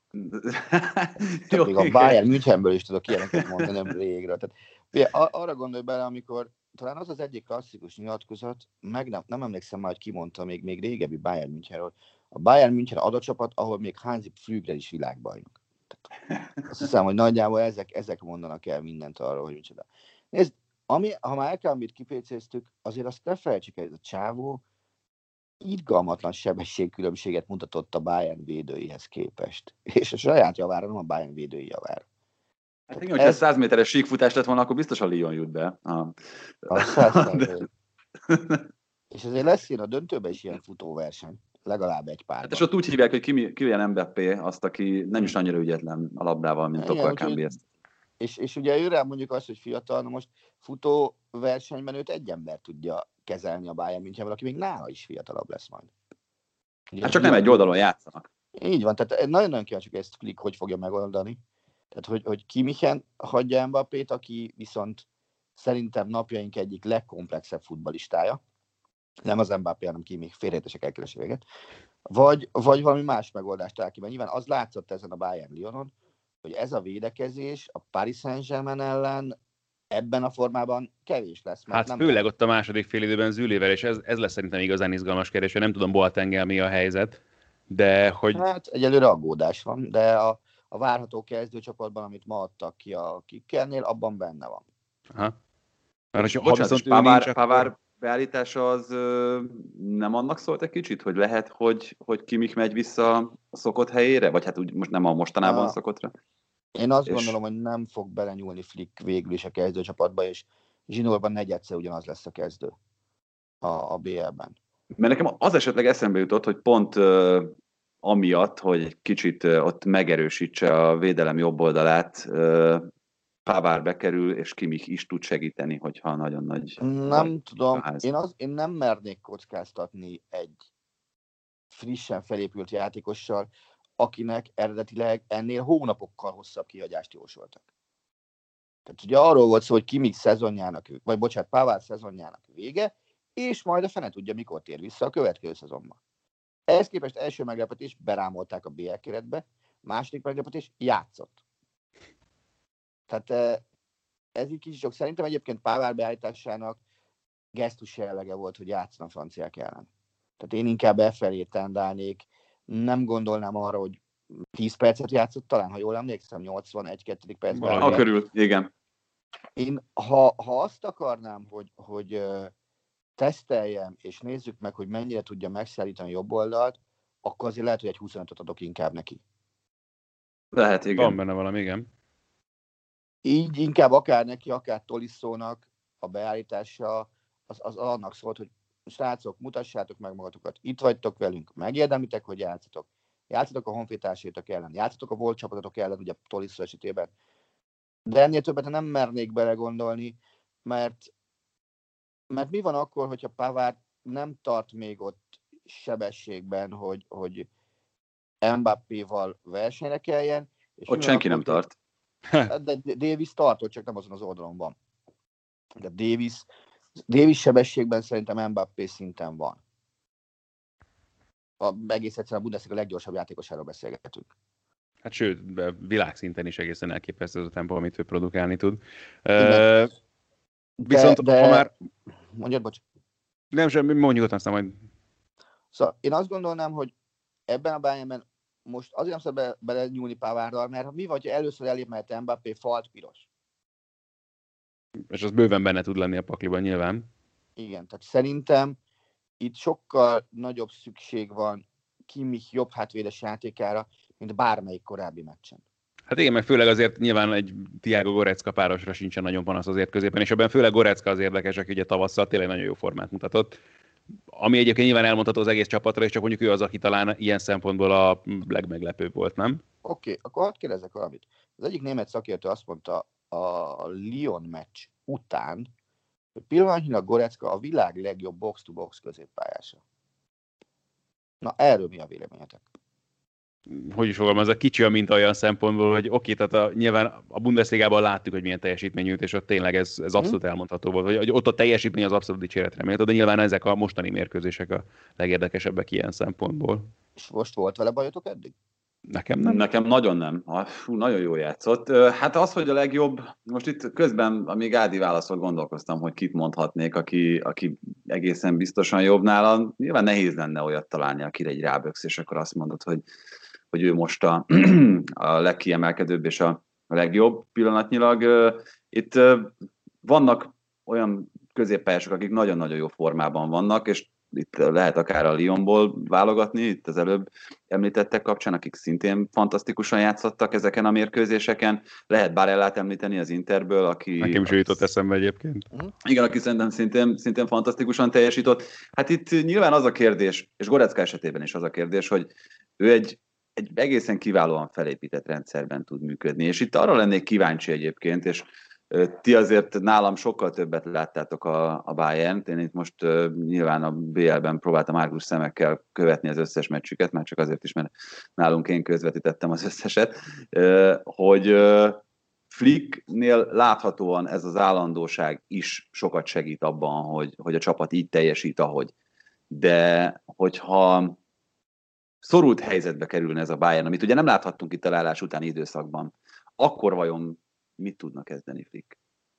Még a Bayern Münchenből is tudok ilyeneket mondani, nem régről. Tehát, ugye, arra gondolj bele, amikor talán az az egyik klasszikus nyilatkozat, meg nem, nem emlékszem már, hogy ki mondta még, még régebbi Bayern Münchenről. A Bayern München az a csapat, ahol még Hansi Flügel is világbajnok. Azt hiszem, hogy nagyjából ezek, ezek mondanak el mindent arról, hogy micsoda. Nézd, ami, ha már Ekambit kipécéztük, azért azt ne felejtsük el, ez a csávó irgalmatlan sebességkülönbséget mutatott a Bayern védőihez képest. És a saját javára, nem a Bayern védői javára. Hát igen, hogyha ez... száz méteres síkfutás lett volna, akkor biztos a Lyon jut be. A... A De... És azért lesz ilyen a döntőben is ilyen futóverseny. Legalább egy pár. Hát és ott úgy hívják, hogy Kylian Mbappé, azt, aki nem is annyira ügyetlen a labdával, mint Toko Ekambi. És, és ugye őre mondjuk azt, hogy fiatal, na most futó versenyben őt egy ember tudja kezelni a Bayern Münchenből, aki még nála is fiatalabb lesz majd. Ugye hát csak nem egy oldalon játszanak. Így van, tehát nagyon-nagyon kíváncsi, hogy ezt Flick hogy fogja megoldani. Tehát, hogy, hogy Kimmichen hagyja Mbappét, aki viszont szerintem napjaink egyik legkomplexebb futballistája. Nem az Mbappé, hanem Kimmich, félreértések elkeresi véget. Vagy, vagy valami más megoldást talál ki, mert nyilván az látszott ezen a Bayern Lyonon, hogy ez a védekezés a Paris Saint-Germain ellen ebben a formában kevés lesz. Hát nem főleg ott a második fél időben Zülével, és ez, ez lesz szerintem igazán izgalmas kérdés, nem tudom Boatenggel mi a helyzet, de hogy... Hát egyelőre aggódás van, de a, a várható kezdőcsapatban, amit ma adtak ki a Kickernél, abban benne van. Aha. Mert, ha bocsánat, és Pavár, Pavár beállítása az ö, nem annak szólt egy kicsit, hogy lehet, hogy, hogy Kimmich megy vissza a szokott helyére? Vagy hát úgy most nem a mostanában a... szokottra? Én azt és... gondolom, hogy nem fog belenyúlni Flick végül is a kezdőcsapatba, és Zsinórban negyedszer ugyanaz lesz a kezdő a, a bé el-ben. Mert nekem az esetleg eszembe jutott, hogy pont uh, amiatt, hogy egy kicsit uh, ott megerősítse a védelem jobb oldalát, uh, Pavár bekerül, és Kimmich is tud segíteni, hogyha nagyon nagy... Nem tudom, én, az, én nem mernék kockáztatni egy frissen felépült játékossal, akinek eredetileg ennél hónapokkal hosszabb kihagyást jósoltak. Tehát ugye arról volt szó, hogy Kimmich szezonjának, vagy bocsánat, Pavár szezonjának vége, és majd a fene tudja, mikor tér vissza a következő szezonban. Ehhez képest első meglepetés berámolták a bé el keretbe, második meglepetés játszott. Tehát ez így kicsit sok. Szerintem egyébként Pavár beállításának gesztus jellege volt, hogy játszana a franciák ellen. Tehát én inkább e felé tendálnék, nem gondolnám arra, hogy tíz percet játszott, talán, ha jól emlékszem, nyolcvanegy percben. A körül, igen. Én, ha, ha azt akarnám, hogy, hogy uh, teszteljem, és nézzük meg, hogy mennyire tudja megszállítani jobb oldalt, akkor azért lehet, hogy egy huszonötöt adok inkább neki. Lehet, igen. Van benne valami, igen. Így inkább akár neki, akár Tolisszónak a beállítása az, az annak szólt, hogy srácok, mutassátok meg magatokat, itt vagytok velünk, megérdemlitek, hogy játszatok, játszatok a honfitársétok ellen, játszatok a volt csapatotok ellen, ugye Tolisso esetében. De ennél többet nem mernék belegondolni, mert, mert mi van akkor, hogyha Pavard nem tart még ott sebességben, hogy, hogy Mbappéval versenyre keljen. És ott senki akkor, nem tart. De Davis tartott, csak nem azon az oldalon van. De Davis, Davis sebességben szerintem Mbappé szinten van. A, egész egyszerűen a Bundesliga leggyorsabb játékosáról beszélgetünk. Hát sőt, világszinten is egészen elképesztő az a tempó, amit ő produkálni tud. Igen. Uh, viszont, de, de... ha már... Mondjad, bocs. Nem, semmi, mondjuk aztán majd... Szóval én azt gondolnám, hogy ebben a Bayernben most azért nem szabad be, bele nyúlni Pavardral, mert mi vagy, ha először elép mehet Mbappé, falt, piros. És az bőven benne tud lenni a pakliban nyilván. Igen, tehát szerintem itt sokkal nagyobb szükség van Kimmich jobb hátvédes játékára, mint bármelyik korábbi meccsen. Hát igen, meg főleg azért nyilván egy Thiago Goretzka párosra sincsen nagyon panasz azért középen, és ebben főleg Goretzka az érdekes, aki ugye tavasszal tényleg nagyon jó formát mutatott. Ami egyébként nyilván elmondható az egész csapatra, és csak mondjuk ő az, aki talán ilyen szempontból a legmeglepőbb volt, nem? Oké, okay, akkor hadd kérdezzek valamit. Az egyik német szakértő azt mondta a Lyon meccs után, hogy pillanatnyilag Goretzka a világ legjobb box-to-box középpályása. Na, erről mi a véleményetek? Hogy is fogalmaz, a kicsi a minta olyan szempontból, hogy oké, okay, tehát a, nyilván a Bundesligában láttuk, hogy milyen teljesítmény nyújt, és ott tényleg ez, ez abszolút hmm. elmondható volt, hogy, hogy ott a teljesítmény az abszolút dicséretre méltó, de nyilván ezek a mostani mérkőzések a legérdekesebbek ilyen szempontból. És most volt vele bajotok eddig? Nekem nem. Nekem nagyon nem. Fú, nagyon jó játszott. Hát az, hogy a legjobb, most itt közben, amíg Ádi válaszolt, gondolkoztam, hogy kit mondhatnék, aki, aki egészen biztosan jobb nála. Nyilván nehéz lenne olyat találni, akire egy ráböksz, és akkor azt mondod, hogy, hogy ő most a, a legkiemelkedőbb és a, a legjobb pillanatnyilag. Itt vannak olyan középpályások, akik nagyon-nagyon jó formában vannak, és itt lehet akár a Lyonból válogatni, itt az előbb említettek kapcsán, akik szintén fantasztikusan játszottak ezeken a mérkőzéseken. Lehet Barellát említeni az Interből, aki... Nekem is jutott eszembe egyébként. Igen, aki szerintem szintén, szintén fantasztikusan teljesített. Hát itt nyilván az a kérdés, és Goretzka esetében is az a kérdés, hogy ő egy, egy egészen kiválóan felépített rendszerben tud működni. És itt arra lennék kíváncsi egyébként, és ti azért nálam sokkal többet láttátok a, a Bayernt. Én itt most uh, nyilván a bé el-ben próbáltam árgus szemekkel követni az összes meccsüket, már csak azért is, mert nálunk én közvetítettem az összeset, uh, hogy uh, Flicknél láthatóan ez az állandóság is sokat segít abban, hogy, hogy a csapat így teljesít, ahogy. De hogyha szorult helyzetbe kerülne ez a Bayern, amit ugye nem láthattunk itt a leállás utáni időszakban, akkor vajon mit tudnak kezdeni Flick?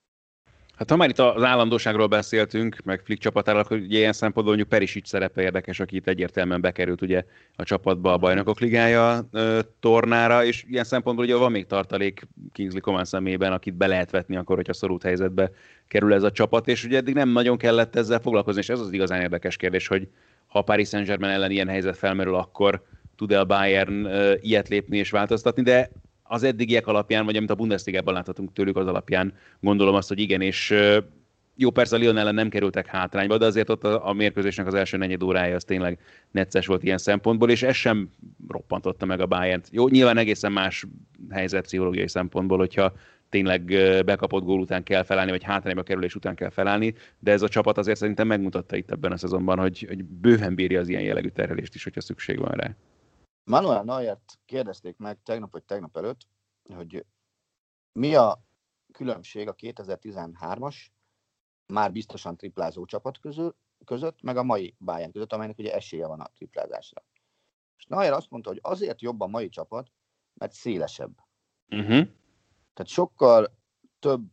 Hát ha már itt az állandóságról beszéltünk, meg Flick csapatáról, akkor ugye ilyen szempontból mondjuk Perisic szerepe érdekes, aki itt egyértelműen bekerült ugye a csapatba a Bajnokok Ligája ö, tornára, és ilyen szempontból ugye van még tartalék Kingsley Coman szemében, akit be lehet vetni akkor, hogyha szorult helyzetbe kerül ez a csapat, és ugye eddig nem nagyon kellett ezzel foglalkozni, és ez az igazán érdekes kérdés, hogy ha a Paris Saint-Germain ellen ilyen helyzet felmerül, akkor tud-e a Bayern ö, ilyet lépni és változtatni, de az eddigiek alapján, vagy amit a Bundesligában láthatunk tőlük, az alapján gondolom azt, hogy igen, és jó, persze a Lyon ellen nem kerültek hátrányba, de azért ott a, a mérkőzésnek az első negyed órája az tényleg necces volt ilyen szempontból, és ez sem roppantotta meg a Bayernt. Jó, nyilván egészen más helyzet pszichológiai szempontból, hogyha tényleg bekapott gól után kell felállni, vagy hátrányba kerülés után kell felállni, de ez a csapat azért szerintem megmutatta itt ebben a szezonban, hogy, hogy bőven bírja az ilyen jellegű terhelést is, hogyha szükség van rá. Manuel Neuert kérdezték meg tegnap vagy tegnap előtt, hogy mi a különbség a kétezer-tizenhármas már biztosan triplázó csapat közül, között, meg a mai Bayern között, amelynek ugye esélye van a triplázásra. És Neuer azt mondta, hogy azért jobb a mai csapat, mert szélesebb. Uh-huh. Tehát sokkal több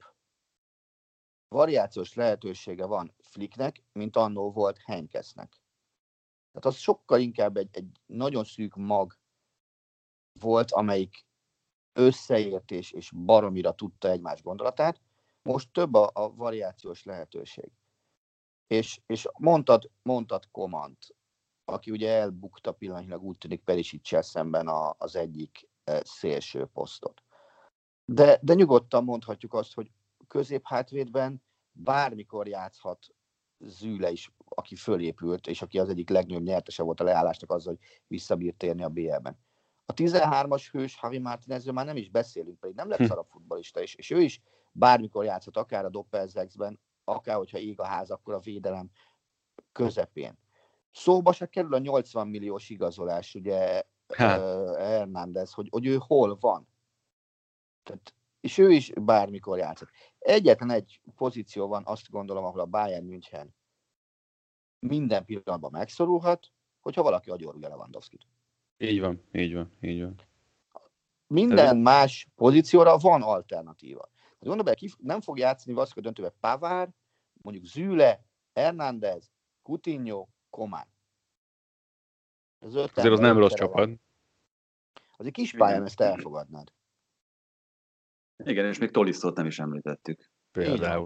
variációs lehetősége van Flicknek, mint annó volt Henkesnek. Tehát az sokkal inkább egy, egy nagyon szűk mag volt, amelyik összeértés és baromira tudta egymás gondolatát. Most több a, a variációs lehetőség. És, és mondtad, mondtad Komant, aki ugye elbukta pillanatnyilag úgy tűnik Perisic-sel szemben a, az egyik szélső posztot. De, de nyugodtan mondhatjuk azt, hogy középhátvédben bármikor játszhat Züle is, aki fölépült, és aki az egyik legnagyobb nyertese volt a leállásnak azzal, hogy visszabírt térni a bé el-ben. A tizenhármas hős Javi Martinezről már nem is beszélünk, pedig nem lett szarabb futballista, és, és ő is bármikor játszott, akár a Doppelzexben, akár hogyha ég a ház, akkor a védelem közepén. Szóba se kerül a nyolcvan milliós igazolás, ugye hát. uh, Hernández, hogy, hogy ő hol van. Tehát, és ő is bármikor játszott. Egyetlen egy pozíció van, azt gondolom, ahol a Bayern München minden pillanatban megszorulhat, hogyha valaki agyorulja Lewandowskit. Így van, így van, így van. Minden Ez... más pozícióra van alternatíva. Gondolom, hogy nem fog játszani Vaszka döntőbe Pavard, mondjuk Züle, Hernández, Coutinho, Coman. Az Azért az nem rossz csapat. Az egy kis pályán ezt elfogadnád. Igen, és még Tolisszót nem is említettük. Például.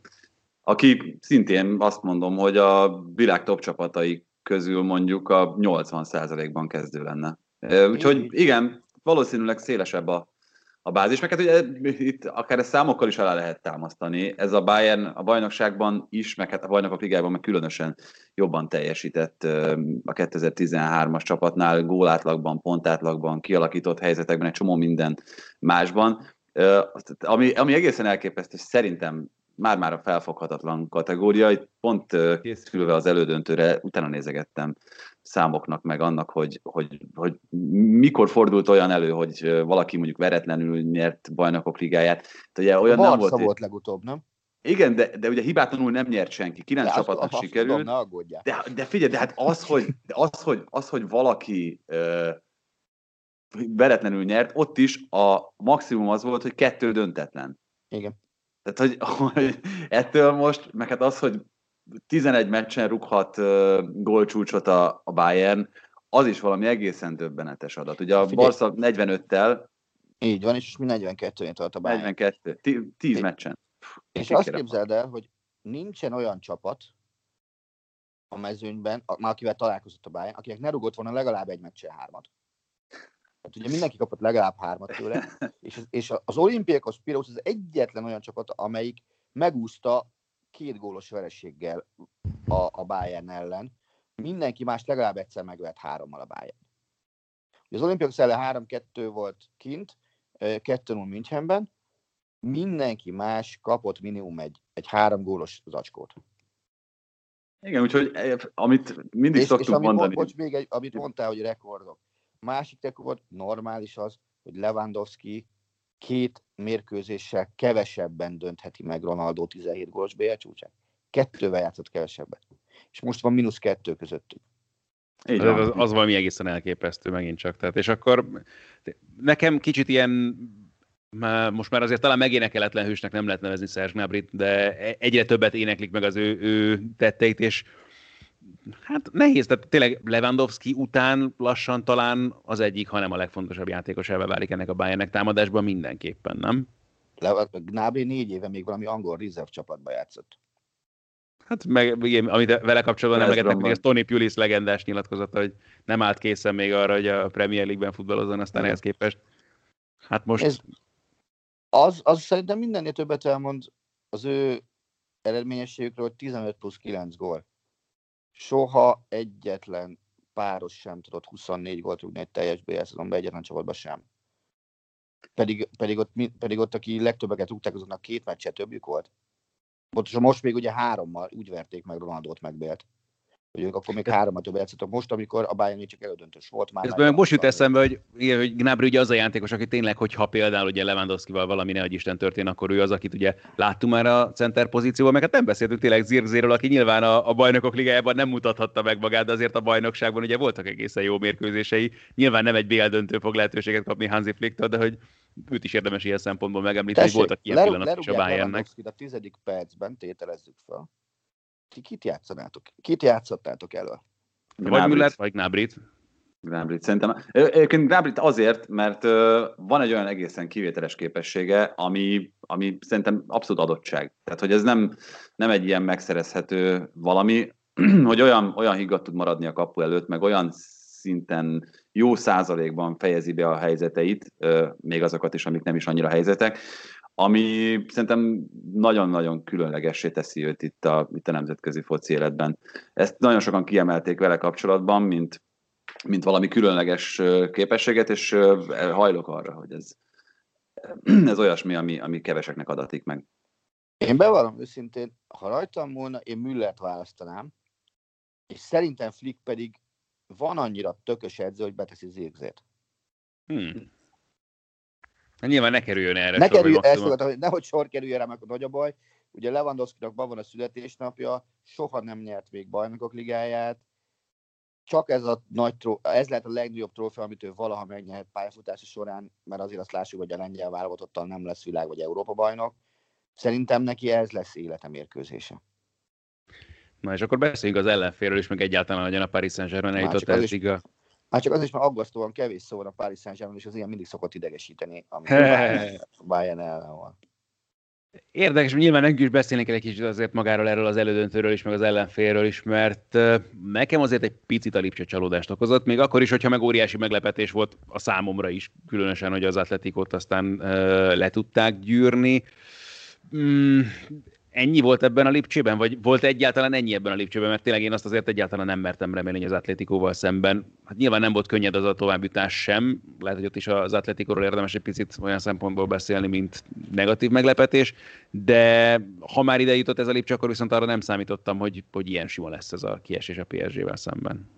Aki szintén azt mondom, hogy a világ top csapatai közül mondjuk a nyolcvan százalékban kezdő lenne. Úgyhogy igen, valószínűleg szélesebb a, a bázis, meg hát ugye itt akár ezt számokkal is alá lehet támasztani. Ez a Bayern a bajnokságban is, meg hát a bajnokok ligájában meg különösen jobban teljesített a kétezer-tizenhármas csapatnál, gólátlagban, pontátlagban, kialakított helyzetekben, egy csomó minden másban. Ami, ami egészen elképesztő, szerintem már-már a felfoghatatlan kategória. Itt pont készülve az elődöntőre utána nézegettem számoknak, meg annak, hogy, hogy, hogy mikor fordult olyan elő, hogy valaki mondjuk veretlenül nyert bajnokok ligáját. Ugye olyan a nem volt, volt legutóbb, nem? Igen, de, de ugye hibátlanul nem nyert senki. Kilenc csapatnak azt, sikerült. Azt tudom, de, de figyelj, de hát az, hogy, de az, hogy, az, hogy valaki uh, veretlenül nyert, ott is a maximum az volt, hogy kettő döntetlen. Igen. Tehát, hogy, hogy ettől most, meg hát az, hogy tizenegy meccsen rúghat uh, gólcsúcsot a, a Bayern, az is valami egészen döbbenetes adat. Ugye a Figyelj. Barca negyvenöttel. Így van, és mi negyvenkettőnél tart a Bayern. negyvenkettő, tíz meccsen. És azt képzeld el, hogy nincsen olyan csapat a mezőnyben, már akivel találkozott a Bayern, akinek ne rúgott volna legalább egy meccsen hármat. Hát ugye mindenki kapott legalább hármat tőle, és, és az Olympiakos Pirosz az egyetlen olyan csapat, amelyik megúszta két gólos vereséggel a, a Bayern ellen. Mindenki más legalább egyszer megvert hárommal a Bayern. Az Olympiakos ellen három kettő volt kint, kettő null Münchenben, mindenki más kapott minimum egy, egy három gólos zacskót. Igen, úgyhogy amit mindig és, szoktunk és amit mondani. Bocs, még egy, amit mondtál, hogy rekordok. Másik rekord normális az, hogy Lewandowski két mérkőzéssel kevesebben döntheti meg Ronaldo tizenhét gólos bé el csúcsát. Kettővel játszott kevesebbet. És most van mínusz kettő közöttük. Az, az, az valami egészen elképesztő megint csak. Tehát, és akkor nekem kicsit ilyen, most már azért talán megénekeletlen hősnek nem lehet nevezni Serge Gnabryt, de egyre többet éneklik meg az ő, ő tetteit, és hát nehéz, tehát tényleg Lewandowski után lassan talán az egyik, hanem a legfontosabb játékos elve válik ennek a Bayernnek támadásban mindenképpen, nem? Gnabry négy éve még valami angol reserve csapatba játszott. Hát meg, igen, amit vele kapcsolatban emlegetnek, hogy ez Tony Pulis legendás nyilatkozata, hogy nem állt készen még arra, hogy a Premier League-ben futballozzon, aztán ehhez képest. Hát most... Ez, az, az szerintem mindennél többet elmond az ő eredményességükről, hogy tizenöt plusz kilenc gól. Soha egyetlen páros sem tudott huszonnégy gólt rúgni egy teljes bé el szezonban, egyetlen csapatban sem. Pedig, pedig, ott, pedig ott, aki legtöbbeket rúgták, azoknak két meccse többjük volt. Pontosan most még ugye hárommal úgy verték meg Ronaldót meg Bélt. Hogy ők akkor még hárommal több játszottak. Most, amikor a Bayern még csak elődöntős volt. Már meg most jut eszembe, hogy, igen, hogy Gnabry ugye az a játékos, aki tényleg, hogyha például ugye Lewandowskival valami nehogy Isten történ, akkor ő az, akit ugye láttunk már a center pozícióban, meg hát nem beszéltünk tényleg Zirkzéről, aki nyilván a, a bajnokok ligájában nem mutathatta meg magát, de azért a bajnokságban ugye voltak egészen jó mérkőzései. Nyilván nem egy bé el döntő fog lehetőséget kapni Hansi Flicktől, de hogy őt is érdemes ilyen szempontból megemlíteni, hogy voltak ilyen pillanatok is a Bayernnek. A tizedik percben tételezzük fel. Ti kit játszanátok? Kit játszottátok elő? Vagy Müller, vagy Gnabryt. Gnabryt, szerintem. Egyébként Gnabryt azért, mert van egy olyan egészen kivételes képessége, ami, ami szerintem abszolút adottság. Tehát, hogy ez nem, nem egy ilyen megszerezhető valami, hogy olyan, olyan higgadt tud maradni a kapu előtt, meg olyan szinten jó százalékban fejezi be a helyzeteit, még azokat is, amik nem is annyira helyzetek, ami szerintem nagyon-nagyon különlegessé teszi őt itt a, itt a nemzetközi foci életben. Ezt nagyon sokan kiemelték vele kapcsolatban, mint mint valami különleges képességet, és hajlok arra, hogy ez, ez olyasmi, ami, ami keveseknek adatik meg. Én bevallom őszintén, ha rajtam volna, én Müllert választanám, és szerintem Flick pedig van annyira tökös edző, hogy beteszi Zirkzét. Hmm. Nyilván ne kerüljön erre. Ne kerüljön, ezt nehogy sor kerüljön rá, meg nagy a baj. Ugye Lewandowskinak ma van a születésnapja, soha nem nyert még bajnokok ligáját. Csak ez a nagy tró- ez lehet a legnagyobb trófea, amit ő valaha megnyert pályafutása során, mert azért azt lássuk, hogy a lengyel válogatottal nem lesz világ vagy Európa bajnok. Szerintem neki ez lesz élete mérkőzése. Na és akkor beszéljünk az ellenfélről is, meg egyáltalán legyen a Paris Saint-Germain eljutott eddig a... Már csak az is, mert aggasztóan kevés szó van a Paris Saint-Germain, és az ilyen mindig szokott idegesíteni, amikor Bayern, Bayern ellen van. Érdekes, nyilván nekünk is beszélni kell egy kicsit azért magáról, erről az elődöntőről is, meg az ellenfélről is, mert nekem azért egy picit a Lipcse csalódást okozott, még akkor is, hogyha meg óriási meglepetés volt a számomra is, különösen, hogy az Atletikót aztán uh, le tudták gyűrni. Mm, ennyi volt ebben a Lipcsében, vagy volt egyáltalán ennyi ebben a Lipcsében, mert tényleg én azt azért egyáltalán nem mertem remélni az Atletikóval szemben. Hát nyilván nem volt könnyed az a továbbjutás sem, lehet, hogy ott is az Atletikóról érdemes egy picit olyan szempontból beszélni, mint negatív meglepetés, de ha már ide jutott ez a Lipcse, akkor viszont arra nem számítottam, hogy, hogy ilyen sima lesz ez a kiesés a pé es gével szemben.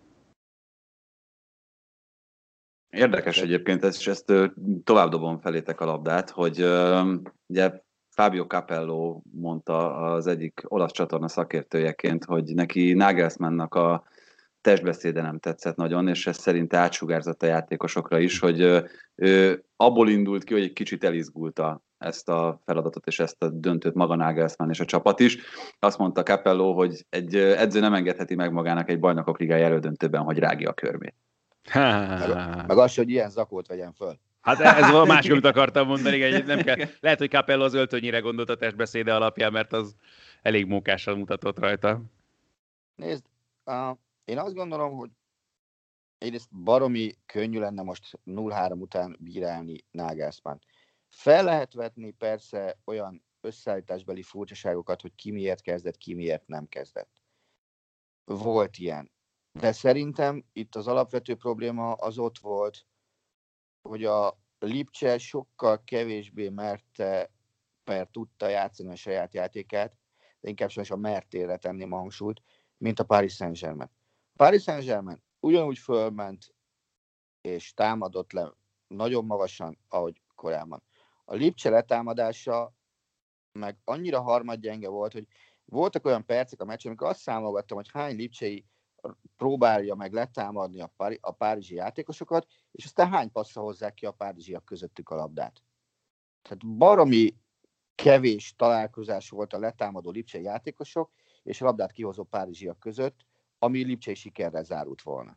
Érdekes egyébként, és ezt tovább dobom felétek a labdát, hogy ugye Fabio Capello mondta az egyik olasz csatorna szakértőjeként, hogy neki Nagelsmannnak a testbeszéde nem tetszett nagyon, és ez szerint átsugárzott a játékosokra is, hogy ő abból indult ki, hogy egy kicsit elizgulta ezt a feladatot és ezt a döntőt maga Nagelsmann és a csapat is. Azt mondta Capello, hogy egy edző nem engedheti meg magának egy bajnokok ligája elődöntőben, hogy rágja a körmét. Meg, meg az, hogy ilyen zakót vegyen föl. Hát ez a másik, amit akartam mondani, hogy nem kell. Lehet, hogy Capello az öltönyére gondolt a testbeszéde alapján, mert az elég mókással mutatott rajta. Nézd, uh, én azt gondolom, hogy egyrészt baromi könnyű lenne most nulla három után bírálni Nagelsmann. Fel lehet vetni persze olyan összeállításbeli furcsaságokat, hogy ki miért kezdett, ki miért nem kezdett. Volt ilyen. De szerintem itt az alapvető probléma az ott volt, hogy a Lipcse sokkal kevésbé merte, per tudta játszani a saját játékát, de inkább sajnos a mertére tenném a hangsúlyt, mint a Paris Saint-Germain. A Paris Saint-Germain ugyanúgy fölment és támadott le nagyon magasan, ahogy korábban. A Lipcse letámadása meg annyira harmadgyenge volt, hogy voltak olyan percek a meccsen, amikor azt számolgattam, hogy hány lipcsei próbálja meg letámadni a, Pari- a párizsi játékosokat, és aztán hány passza hozzák ki a párizsiak közöttük a labdát. Tehát baromi kevés találkozás volt a letámadó lipcsei játékosok és a labdát kihozó párizsiak között, ami lipcsei sikerrel zárult volna.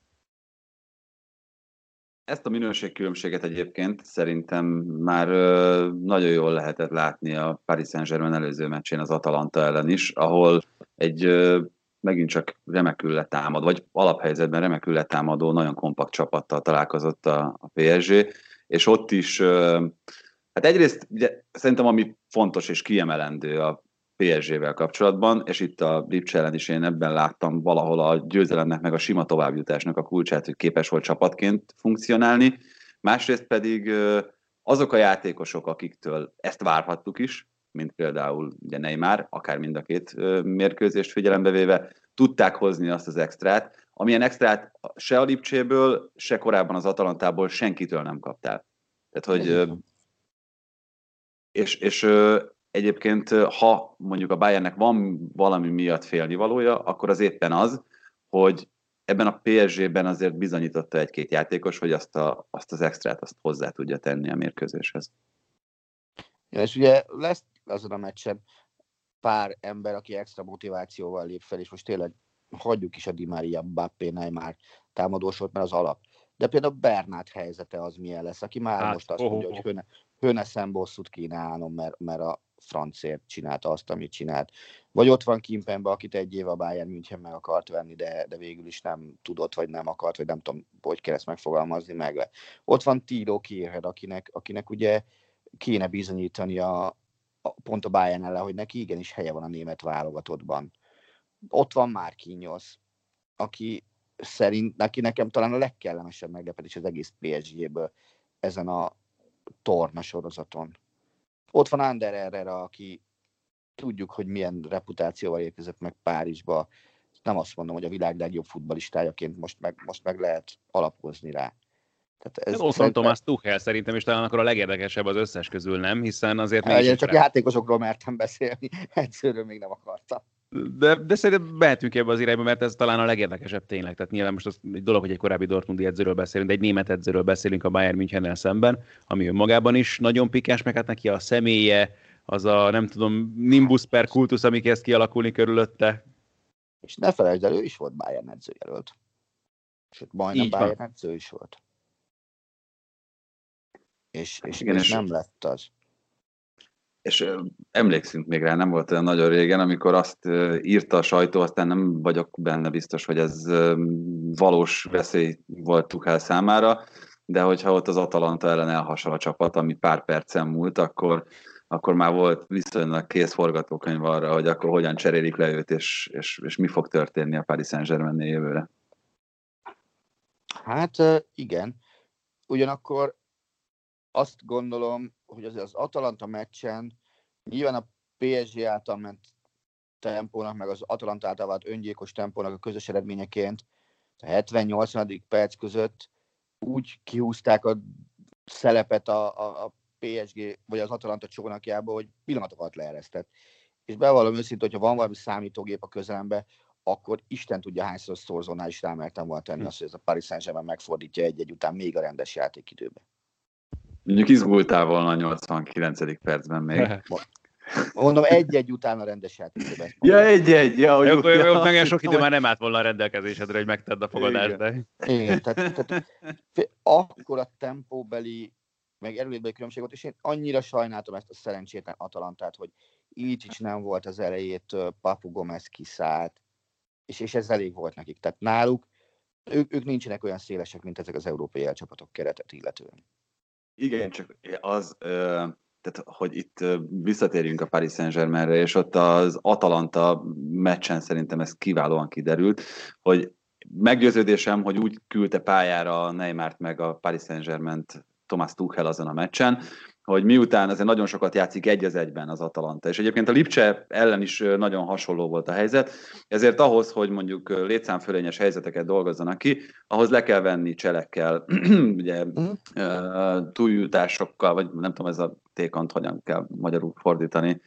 Ezt a minőségkülönbséget egyébként szerintem már nagyon jól lehetett látni a Paris Saint-Germain előző meccsén az Atalanta ellen is, ahol egy megint csak remekül letámad, vagy alaphelyzetben remekül letámadó, nagyon kompakt csapattal találkozott a, a pé es gé, és ott is, hát egyrészt ugye, szerintem ami fontos és kiemelendő a pé es gével kapcsolatban, és itt a Lipcse ellen is én ebben láttam valahol a győzelemnek meg a sima továbbjutásnak a kulcsát, hogy képes volt csapatként funkcionálni. Másrészt pedig azok a játékosok, akiktől ezt várhattuk is, mint például ugye Neymar, akár mind a két mérkőzést figyelembe véve, tudták hozni azt az extrát, amilyen extrát se a Lipcséből, se korábban az Atalantából senkitől nem kaptál. Tehát, hogy... És, és egyébként, ha mondjuk a Bayernnek van valami miatt félnivalója, akkor az éppen az, hogy ebben a pé es gében azért bizonyította egy-két játékos, hogy azt, a, azt az extrát azt hozzá tudja tenni a mérkőzéshez. Ja, és ugye lesz azon a meccsen pár ember, aki extra motivációval lép fel, és most tényleg hagyjuk is a Di Maria, Mbappé, Neymar támadósort, mert az alap. De például Bernát helyzete az milyen lesz, aki már hát, most azt oh, mondja, oh. hogy Höne, Höneszem bosszút kínálnom, mert, mert a francért csinálta azt, amit csinált. Vagy ott van Kimpembe, akit egy év a Bayern München meg akart venni, de, de végül is nem tudott, vagy nem akart, vagy nem tudom, hogy kell ezt megfogalmazni meg le. Ott van Tilo Kierhead, akinek, akinek ugye kéne bizonyítani a, a, pont a Bayern ellen, hogy neki igenis helye van a német válogatottban. Ott van Marquinhos, aki szerint neki nekem talán a legkellemesebb meglepetés az egész pé es gé-ből ezen a torna sorozaton. Ott van Ander Herrera, aki tudjuk, hogy milyen reputációval érkezett meg Párizsba. Nem azt mondom, hogy a világ legjobb futballistájaként most meg, most meg lehet alapozni rá. Tehát ez Ott van Thomas Tuchel szerintem, és talán akkor a legérdekesebb az összes közül, nem? Hiszen azért... Én csak rá... játékosokról mertem beszélni, edzőről még nem akartam. De, de szerintem mehetünk ebbe az irányba, mert ez talán a legérdekesebb tényleg. Tehát nyilván most az egy dolog, hogy egy korábbi dortmundi edzőről beszélünk, de egy német edzőről beszélünk a Bayern Münchennel szemben, ami önmagában is nagyon pikás, meg hát neki a személye, az a nem tudom, nimbus per kultusz, ami kezd kialakulni körülötte. És ne felejtsd el, ő is volt Bayern edzőjelölt. Sőt, majdnem Így Bayern van. edző is volt. És, és, Igen, és és- nem lett az. És ö, emlékszünk még rá, nem volt olyan nagyon régen, amikor azt ö, írta a sajtó, aztán nem vagyok benne biztos, hogy ez ö, valós veszély volt Tuchel számára, de hogyha ott az Atalanta ellen elhasal a csapat, ami pár percen múlt, akkor, akkor már volt viszonylag kész forgatókönyv arra, hogy akkor hogyan cserélik le őt, és, és, és mi fog történni a Paris Saint-Germainnél jövőre. Hát ö, igen. Ugyanakkor azt gondolom, hogy az, az Atalanta meccsen nyilván a pé es gé által ment tempónak, meg az Atalanta által vált öngyilkos tempónak a közös eredményeként a hetven-nyolcvadik perc között úgy kihúzták a szelepet a, a, a pé es gé, vagy az Atalanta csónakjába, hogy pillanatokat leeresztett. És bevallom őszintén, hogyha van valami számítógép a közelembe, akkor Isten tudja hányszor szorzónál is rámertem volna tenni azt, hogy ez a Paris Saint-Germain megfordítja egy-egy után még a rendes játékidőbe. Mondjuk izgultál volna a nyolcvankilencedik percben még. Mondom, egy-egy után a rendes játékidőbe. Ja, egy-egy, ja, hogy Akkor ja, ott meg olyan sok idő már nem állt volna a rendelkezésedre, hogy megtedd a fogadást, de... Igen, tehát, tehát akkor a tempóbeli, meg erőlétbeli különbség volt, és én annyira sajnáltam ezt a szerencsétlen Atalantát, hogy Ilicic nem volt az elejétől, Papu Gomez kiszállt, és, és ez elég volt nekik. Tehát náluk, ők, ők nincsenek olyan szélesek, mint ezek az európai elcsapatok keretet illetően. Igen, csak az, ö, tehát, hogy itt ö, visszatérjünk a Paris Saint-Germainre, és ott az Atalanta meccsen szerintem ez kiválóan kiderült, hogy meggyőződésem, hogy úgy küldte pályára a Neymart meg a Paris Saint-Germaint Thomas Tuchel azon a meccsen, hogy miután azért nagyon sokat játszik egy az egyben az Atalanta, és egyébként a Lipcse ellen is nagyon hasonló volt a helyzet, ezért ahhoz, hogy mondjuk létszámfölényes helyzeteket dolgozzanak ki, ahhoz le kell venni cselekkel, ugye uh-huh. túljutásokkal, vagy nem tudom, ez a tékant hogyan kell magyarul fordítani.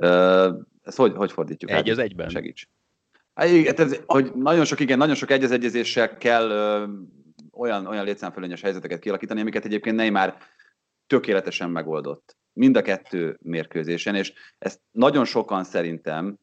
Ezt hogy, hogy fordítjuk? Egy az egyben. Segíts. Hát, ez, hogy nagyon sok, igen, nagyon sok egy az egyezéssel kell ö, olyan, olyan létszámfölényes helyzeteket kialakítani, amiket egyébként Neymar tökéletesen megoldott. Mind a kettő mérkőzésen, és ezt nagyon sokan szerintem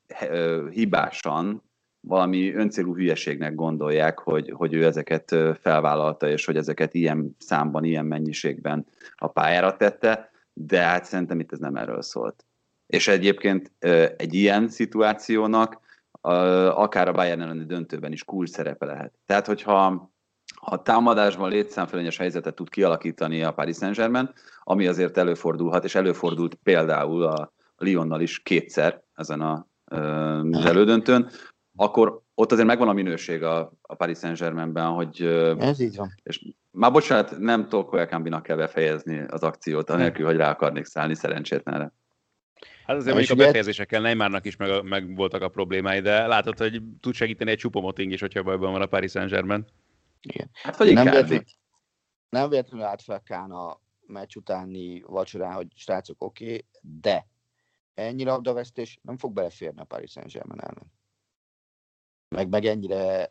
hibásan valami öncélú hülyeségnek gondolják, hogy, hogy ő ezeket felvállalta, és hogy ezeket ilyen számban, ilyen mennyiségben a pályára tette, de hát szerintem itt ez nem erről szólt. És egyébként egy ilyen szituációnak akár a Bayern elleni döntőben is kulcs szerepe lehet. Tehát, hogyha ha támadásban létszámfölényes helyzetet tud kialakítani a Paris Saint-Germain, ami azért előfordulhat, és előfordult például a Lyonnal is kétszer ezen a, az elődöntőn, akkor ott azért megvan a minőség a, a Paris Saint-Germainben, hogy... Ez így van. És már bocsánat, nem Tolko Ekambinak kell befejezni az akciót, anélkül, hogy rá akarnék szállni szerencsétlenre. Hát azért mondjuk a befejezésekkel Neymarnak is meg, meg voltak a problémái, de látod, hogy tud segíteni egy Choupo-Moting is, hogyha bajban van a Paris Saint-Germain. Igen. Hát, vagy nem, Icardi. véletlenül, nem véletlenül állt fel Kán a meccs utáni vacsorán, hogy srácok, oké, okay, de ennyi labdavesztés nem fog beleférni a Paris Saint-Germain ellen. Meg, meg ennyire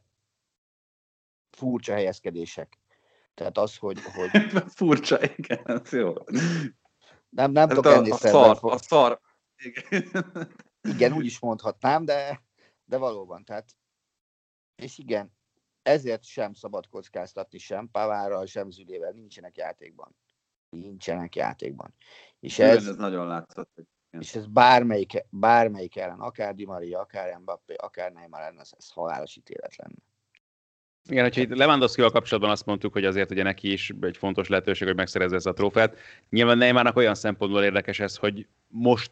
furcsa helyezkedések. Tehát az, hogy... hogy... furcsa, igen, ez jó. Nem, nem ez tudok a, ennél a szar, a szar. Igen. Igen, úgy is mondhatnám, de, de valóban. Tehát, és igen, ezért sem szabad kockáztatni sem Pavárral, sem Zülével, nincsenek játékban. Nincsenek játékban. És ez, ez nagyon látszott. És ez bármelyik, bármelyik ellen, akár Di Maria, akár Mbappé, akár Neymar ellen, ez, ez halálos ítélet lenne. Igen, hogyha itt Lewandowskival kapcsolatban azt mondtuk, hogy azért ugye neki is egy fontos lehetőség, hogy megszerezze ezt a trófeát. Nyilván Neymarnak olyan szempontból érdekes ez, hogy most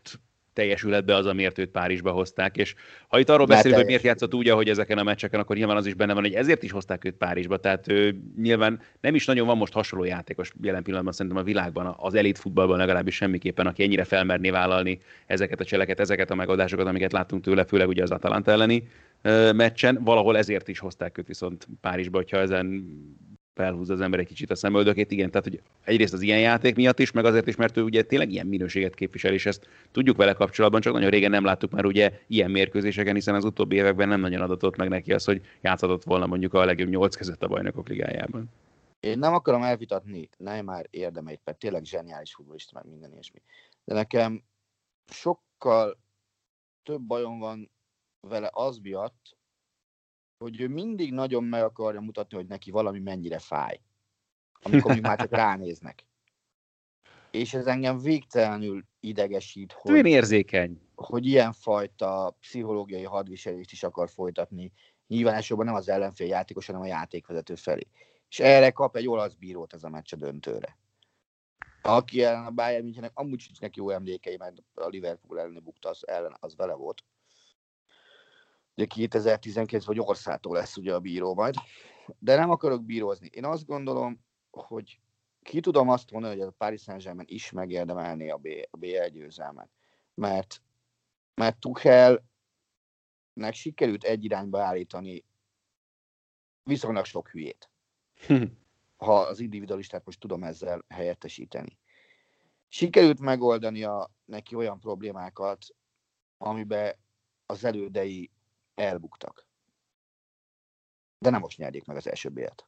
teljesülhet be az, amiért őt Párizsba hozták, és ha itt arról Ne beszélünk, hogy miért teljesül. játszott úgy, ahogy ezeken a meccseken, akkor nyilván az is benne van, hogy ezért is hozták őt Párizsba, tehát ő, nyilván nem is nagyon van most hasonló játékos jelen pillanatban szerintem a világban, az elit futballban legalábbis semmiképpen, aki ennyire felmerné vállalni ezeket a cseleket, ezeket a megoldásokat, amiket láttunk tőle, főleg ugye az Atalanta elleni ö, meccsen, valahol ezért is hozták őt viszont Párizsba, hogyha ezen felhúzza az ember egy kicsit a szemöldökét, igen, tehát hogy egyrészt az ilyen játék miatt is, meg azért is, mert ő ugye tényleg ilyen minőséget képvisel, és ezt tudjuk vele kapcsolatban, csak nagyon régen nem láttuk már ugye ilyen mérkőzéseken, hiszen az utóbbi években nem nagyon adatott meg neki az, hogy játszhatott volna mondjuk a legjobb nyolc között a Bajnokok Ligájában. Én nem akarom elvitatni Neymar érdemeit, mert tényleg zseniális futballista, meg minden ilyesmi. De nekem sokkal több bajom van vele az miatt, hogy ő mindig nagyon meg akarja mutatni, hogy neki valami mennyire fáj, amikor még már csak ránéznek. És ez engem végtelenül idegesít, Hogy... hogy, érzékeny. hogy ilyenfajta pszichológiai hadviselést is akar folytatni. Nyilván elsősorban nem az ellenfél játékos, hanem a játékvezető felé. És erre kap egy olasz bírót ez a meccs a döntőre. Aki ellen a Bayern Münchennek amúgy sincs neki jó emlékei, mert a Liverpool elleni bukta, az, ellen, az vele volt. Ugye kétezer-tizenkilenc vagy országtól lesz ugye a bíró majd. De nem akarok bírózni. Én azt gondolom, hogy ki tudom azt mondani, hogy a Paris Saint-Germain is megérdemelné a bé el győzelmet. Mert, mert Tuchelnek sikerült egy irányba állítani viszonylag sok hülyét. Ha az individualistát most tudom ezzel helyettesíteni. Sikerült megoldani a, neki olyan problémákat, amiben az elődei elbuktak. De nem most nyerjék meg az első bé el-t.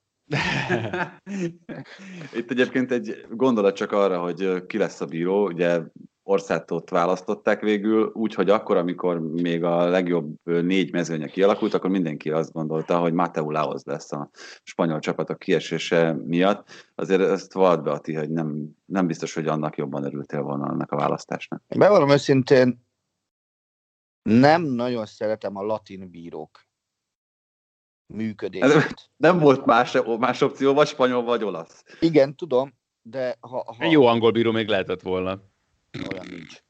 Itt egyébként egy gondolat csak arra, hogy ki lesz a bíró. Ugye Orsatot választották végül, úgyhogy akkor, amikor még a legjobb négy mezőnye kialakult, akkor mindenki azt gondolta, hogy Mateu Laoz lesz a spanyol csapatok kiesése miatt. Azért ezt vald be, Ati, hogy nem, nem biztos, hogy annak jobban örültél volna annak a választásnak. Bevallom őszintén, nem nagyon szeretem a latin bírók működését. Nem volt más, más opció, vagy spanyol, vagy olasz. Igen, tudom, de ha... ha Egy jó angol bíró még lehetett volna. Olyan nincs.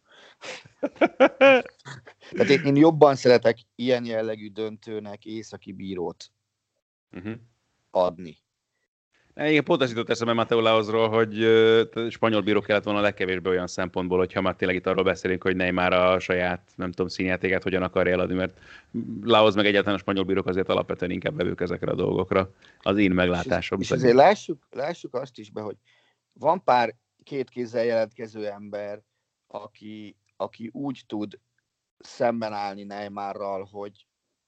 Tehát én, én jobban szeretek ilyen jellegű döntőnek északi bírót uh-huh. adni. Igen, pont azt jutott eszembe Mateu Laozról, hogy uh, spanyol bíró kellett volna a legkevésbé olyan szempontból, hogyha már tényleg itt arról beszélünk, hogy Neymar a saját, nem tudom, színjátékát hogyan akarja eladni, mert Laoz meg egyáltalán a spanyol bírók azért alapvetően inkább vevők ezekre a dolgokra. Az én meglátásom. És, és azért lássuk, lássuk azt is be, hogy van pár két kézzel jelentkező ember, aki, aki úgy tud szemben állni Neymarral, hogy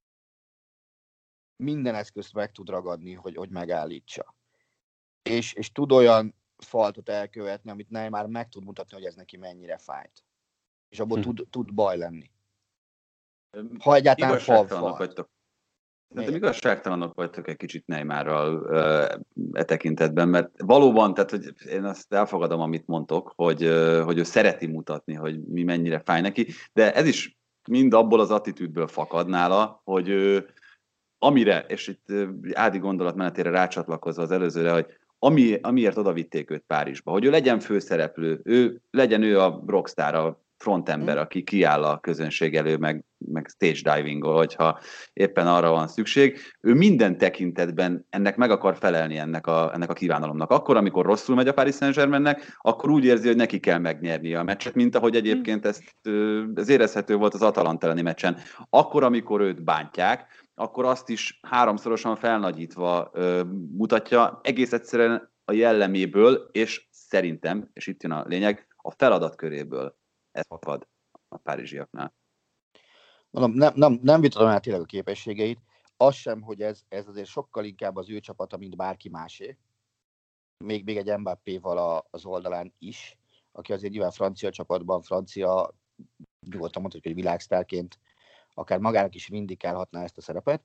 minden eszközt meg tud ragadni, hogy, hogy megállítsa. És, és tud olyan faltot elkövetni, amit Neymar meg tud mutatni, hogy ez neki mennyire fájt. És abból hm. tud, tud baj lenni. Ha egyáltalán fal fal. De igazságtalanok vagytok egy kicsit Neymarral e tekintetben, mert valóban, tehát hogy én azt elfogadom, amit mondtok, hogy, hogy ő szereti mutatni, hogy mi mennyire fáj neki, de ez is mind abból az attitűdből fakad nála, hogy ő, amire, és itt Ádi gondolatmenetére rácsatlakozva az előzőre, hogy ami, amiért oda vitték őt Párizsba, hogy ő legyen főszereplő, ő legyen ő a rockstar, a frontember, aki kiáll a közönség elő, meg, meg stage divingol, hogyha éppen arra van szükség. Ő minden tekintetben ennek meg akar felelni ennek a, ennek a kívánalomnak. Akkor, amikor rosszul megy a Paris Saint-Germainnek, akkor úgy érzi, hogy neki kell megnyernie a meccset, mint ahogy egyébként ezt, ez érezhető volt az Atalanta elleni meccsen. Akkor, amikor őt bántják, akkor azt is háromszorosan felnagyítva ö, mutatja, egész egyszerűen a jelleméből, és szerintem, és itt jön a lényeg, a feladatköréből ez fakad a párizsiaknál. Mondom, nem, nem, nem vitatom el tényleg a képességeit, az sem, hogy ez, ez azért sokkal inkább az ő csapata, mint bárki másé. Még, még egy Mbappéval az oldalán is, aki azért nyilván francia csapatban, francia, nyugodtan mondhatjuk, hogy világsztárként akár magának is vindikálhatná ezt a szerepet.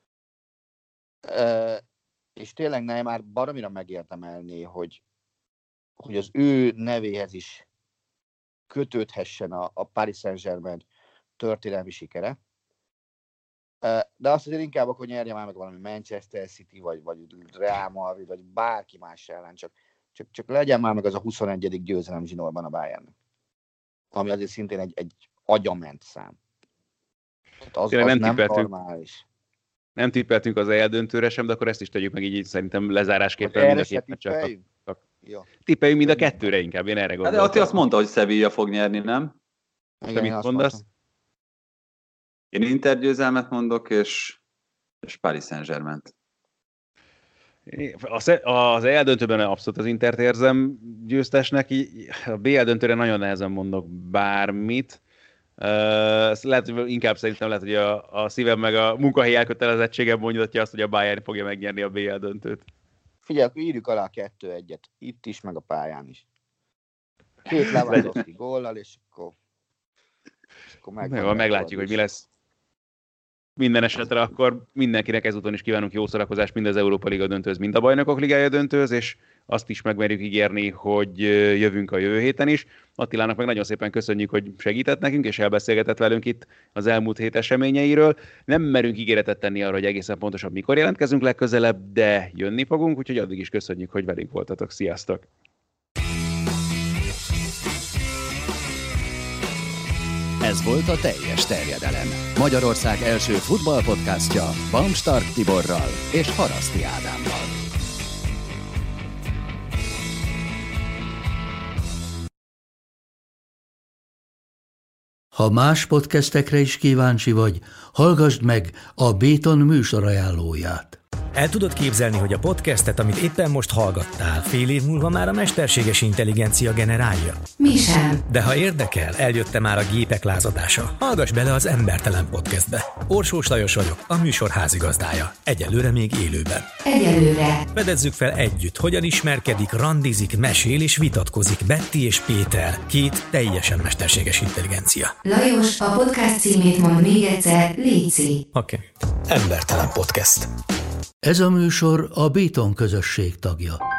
E, és tényleg Neymar baromira megérdemelné, hogy, hogy az ő nevéhez is kötődhessen a, a Paris Saint-Germain történelmi sikere. E, de azt azért inkább akkor nyerje már meg valami Manchester City, vagy, vagy Real Madrid, vagy bárki más ellen, csak, csak, csak legyen már meg az a huszonegyedik győzelem zsinórban a Bayernnek. Ami azért szintén egy, egy agyament szám. Tehát az, Tényleg az nem nem tippeltünk. normális. Nem tippeltünk az eldöntőre sem, de akkor ezt is tegyük meg így, így szerintem lezárásképpen Erre mind a se két meccset. tippeljünk? Jó. Tippeljünk mind a kettőre inkább, én erre Hát gondoltam. de Atti azt mondta, hogy Sevilla fog nyerni, nem? Te Igen, mit én azt mondasz? mondtam. Én Inter győzelmet mondok, és, és Paris Saint-Germaint. Az, az eldöntőben abszolút az Intert érzem győztesnek, így a bé el döntőre nagyon nehezen mondok bármit. Uh, lehet, hogy inkább szerintem lehet, hogy a, a szívem meg a munkahelyi elkötelezettségem mondja azt, hogy a Bayern fogja megnyerni a bé el döntőt. Figyelj, írjuk alá kettő egyet. Itt is, meg a pályán is. Két Lewandowski góllal, és akkor, és akkor meg Meg, meglátjuk, hogy mi lesz. Minden esetre akkor mindenkinek ezúton is kívánunk jó szórakozást mind az Európa Liga döntőhöz, mind a Bajnokok Ligája döntőhöz, és azt is megmerjük ígérni, hogy jövünk a jövő héten is. Attilának meg nagyon szépen köszönjük, hogy segített nekünk, és elbeszélgetett velünk itt az elmúlt hét eseményeiről. Nem merünk ígéretet tenni arra, hogy egészen pontosan mikor jelentkezünk legközelebb, de jönni fogunk, úgyhogy addig is köszönjük, hogy velünk voltatok. Sziasztok! Ez volt a Teljes Terjedelem. Magyarország első futballpodcastja Bamstark Tiborral és Haraszti Ádámmal. Ha más podcastekre is kíváncsi vagy, hallgassd meg a Béton műsor ajánlóját. El tudod képzelni, hogy a podcastet, amit éppen most hallgattál, fél év múlva már a mesterséges intelligencia generálja? Mi sem. De ha érdekel, eljött már a gépek lázadása. Hallgass bele az Embertelen Podcastbe. Orsós Lajos vagyok, a műsor házigazdája. Egyelőre még élőben. Egyelőre. Fedezzük fel együtt, hogyan ismerkedik, randizik, mesél és vitatkozik Betty és Péter, két teljesen mesterséges intelligencia. Lajos, a podcast címét mond még egyszer, léci. Oké. Okay. Embertelen Podcast. Ez a műsor a Béton közösség tagja.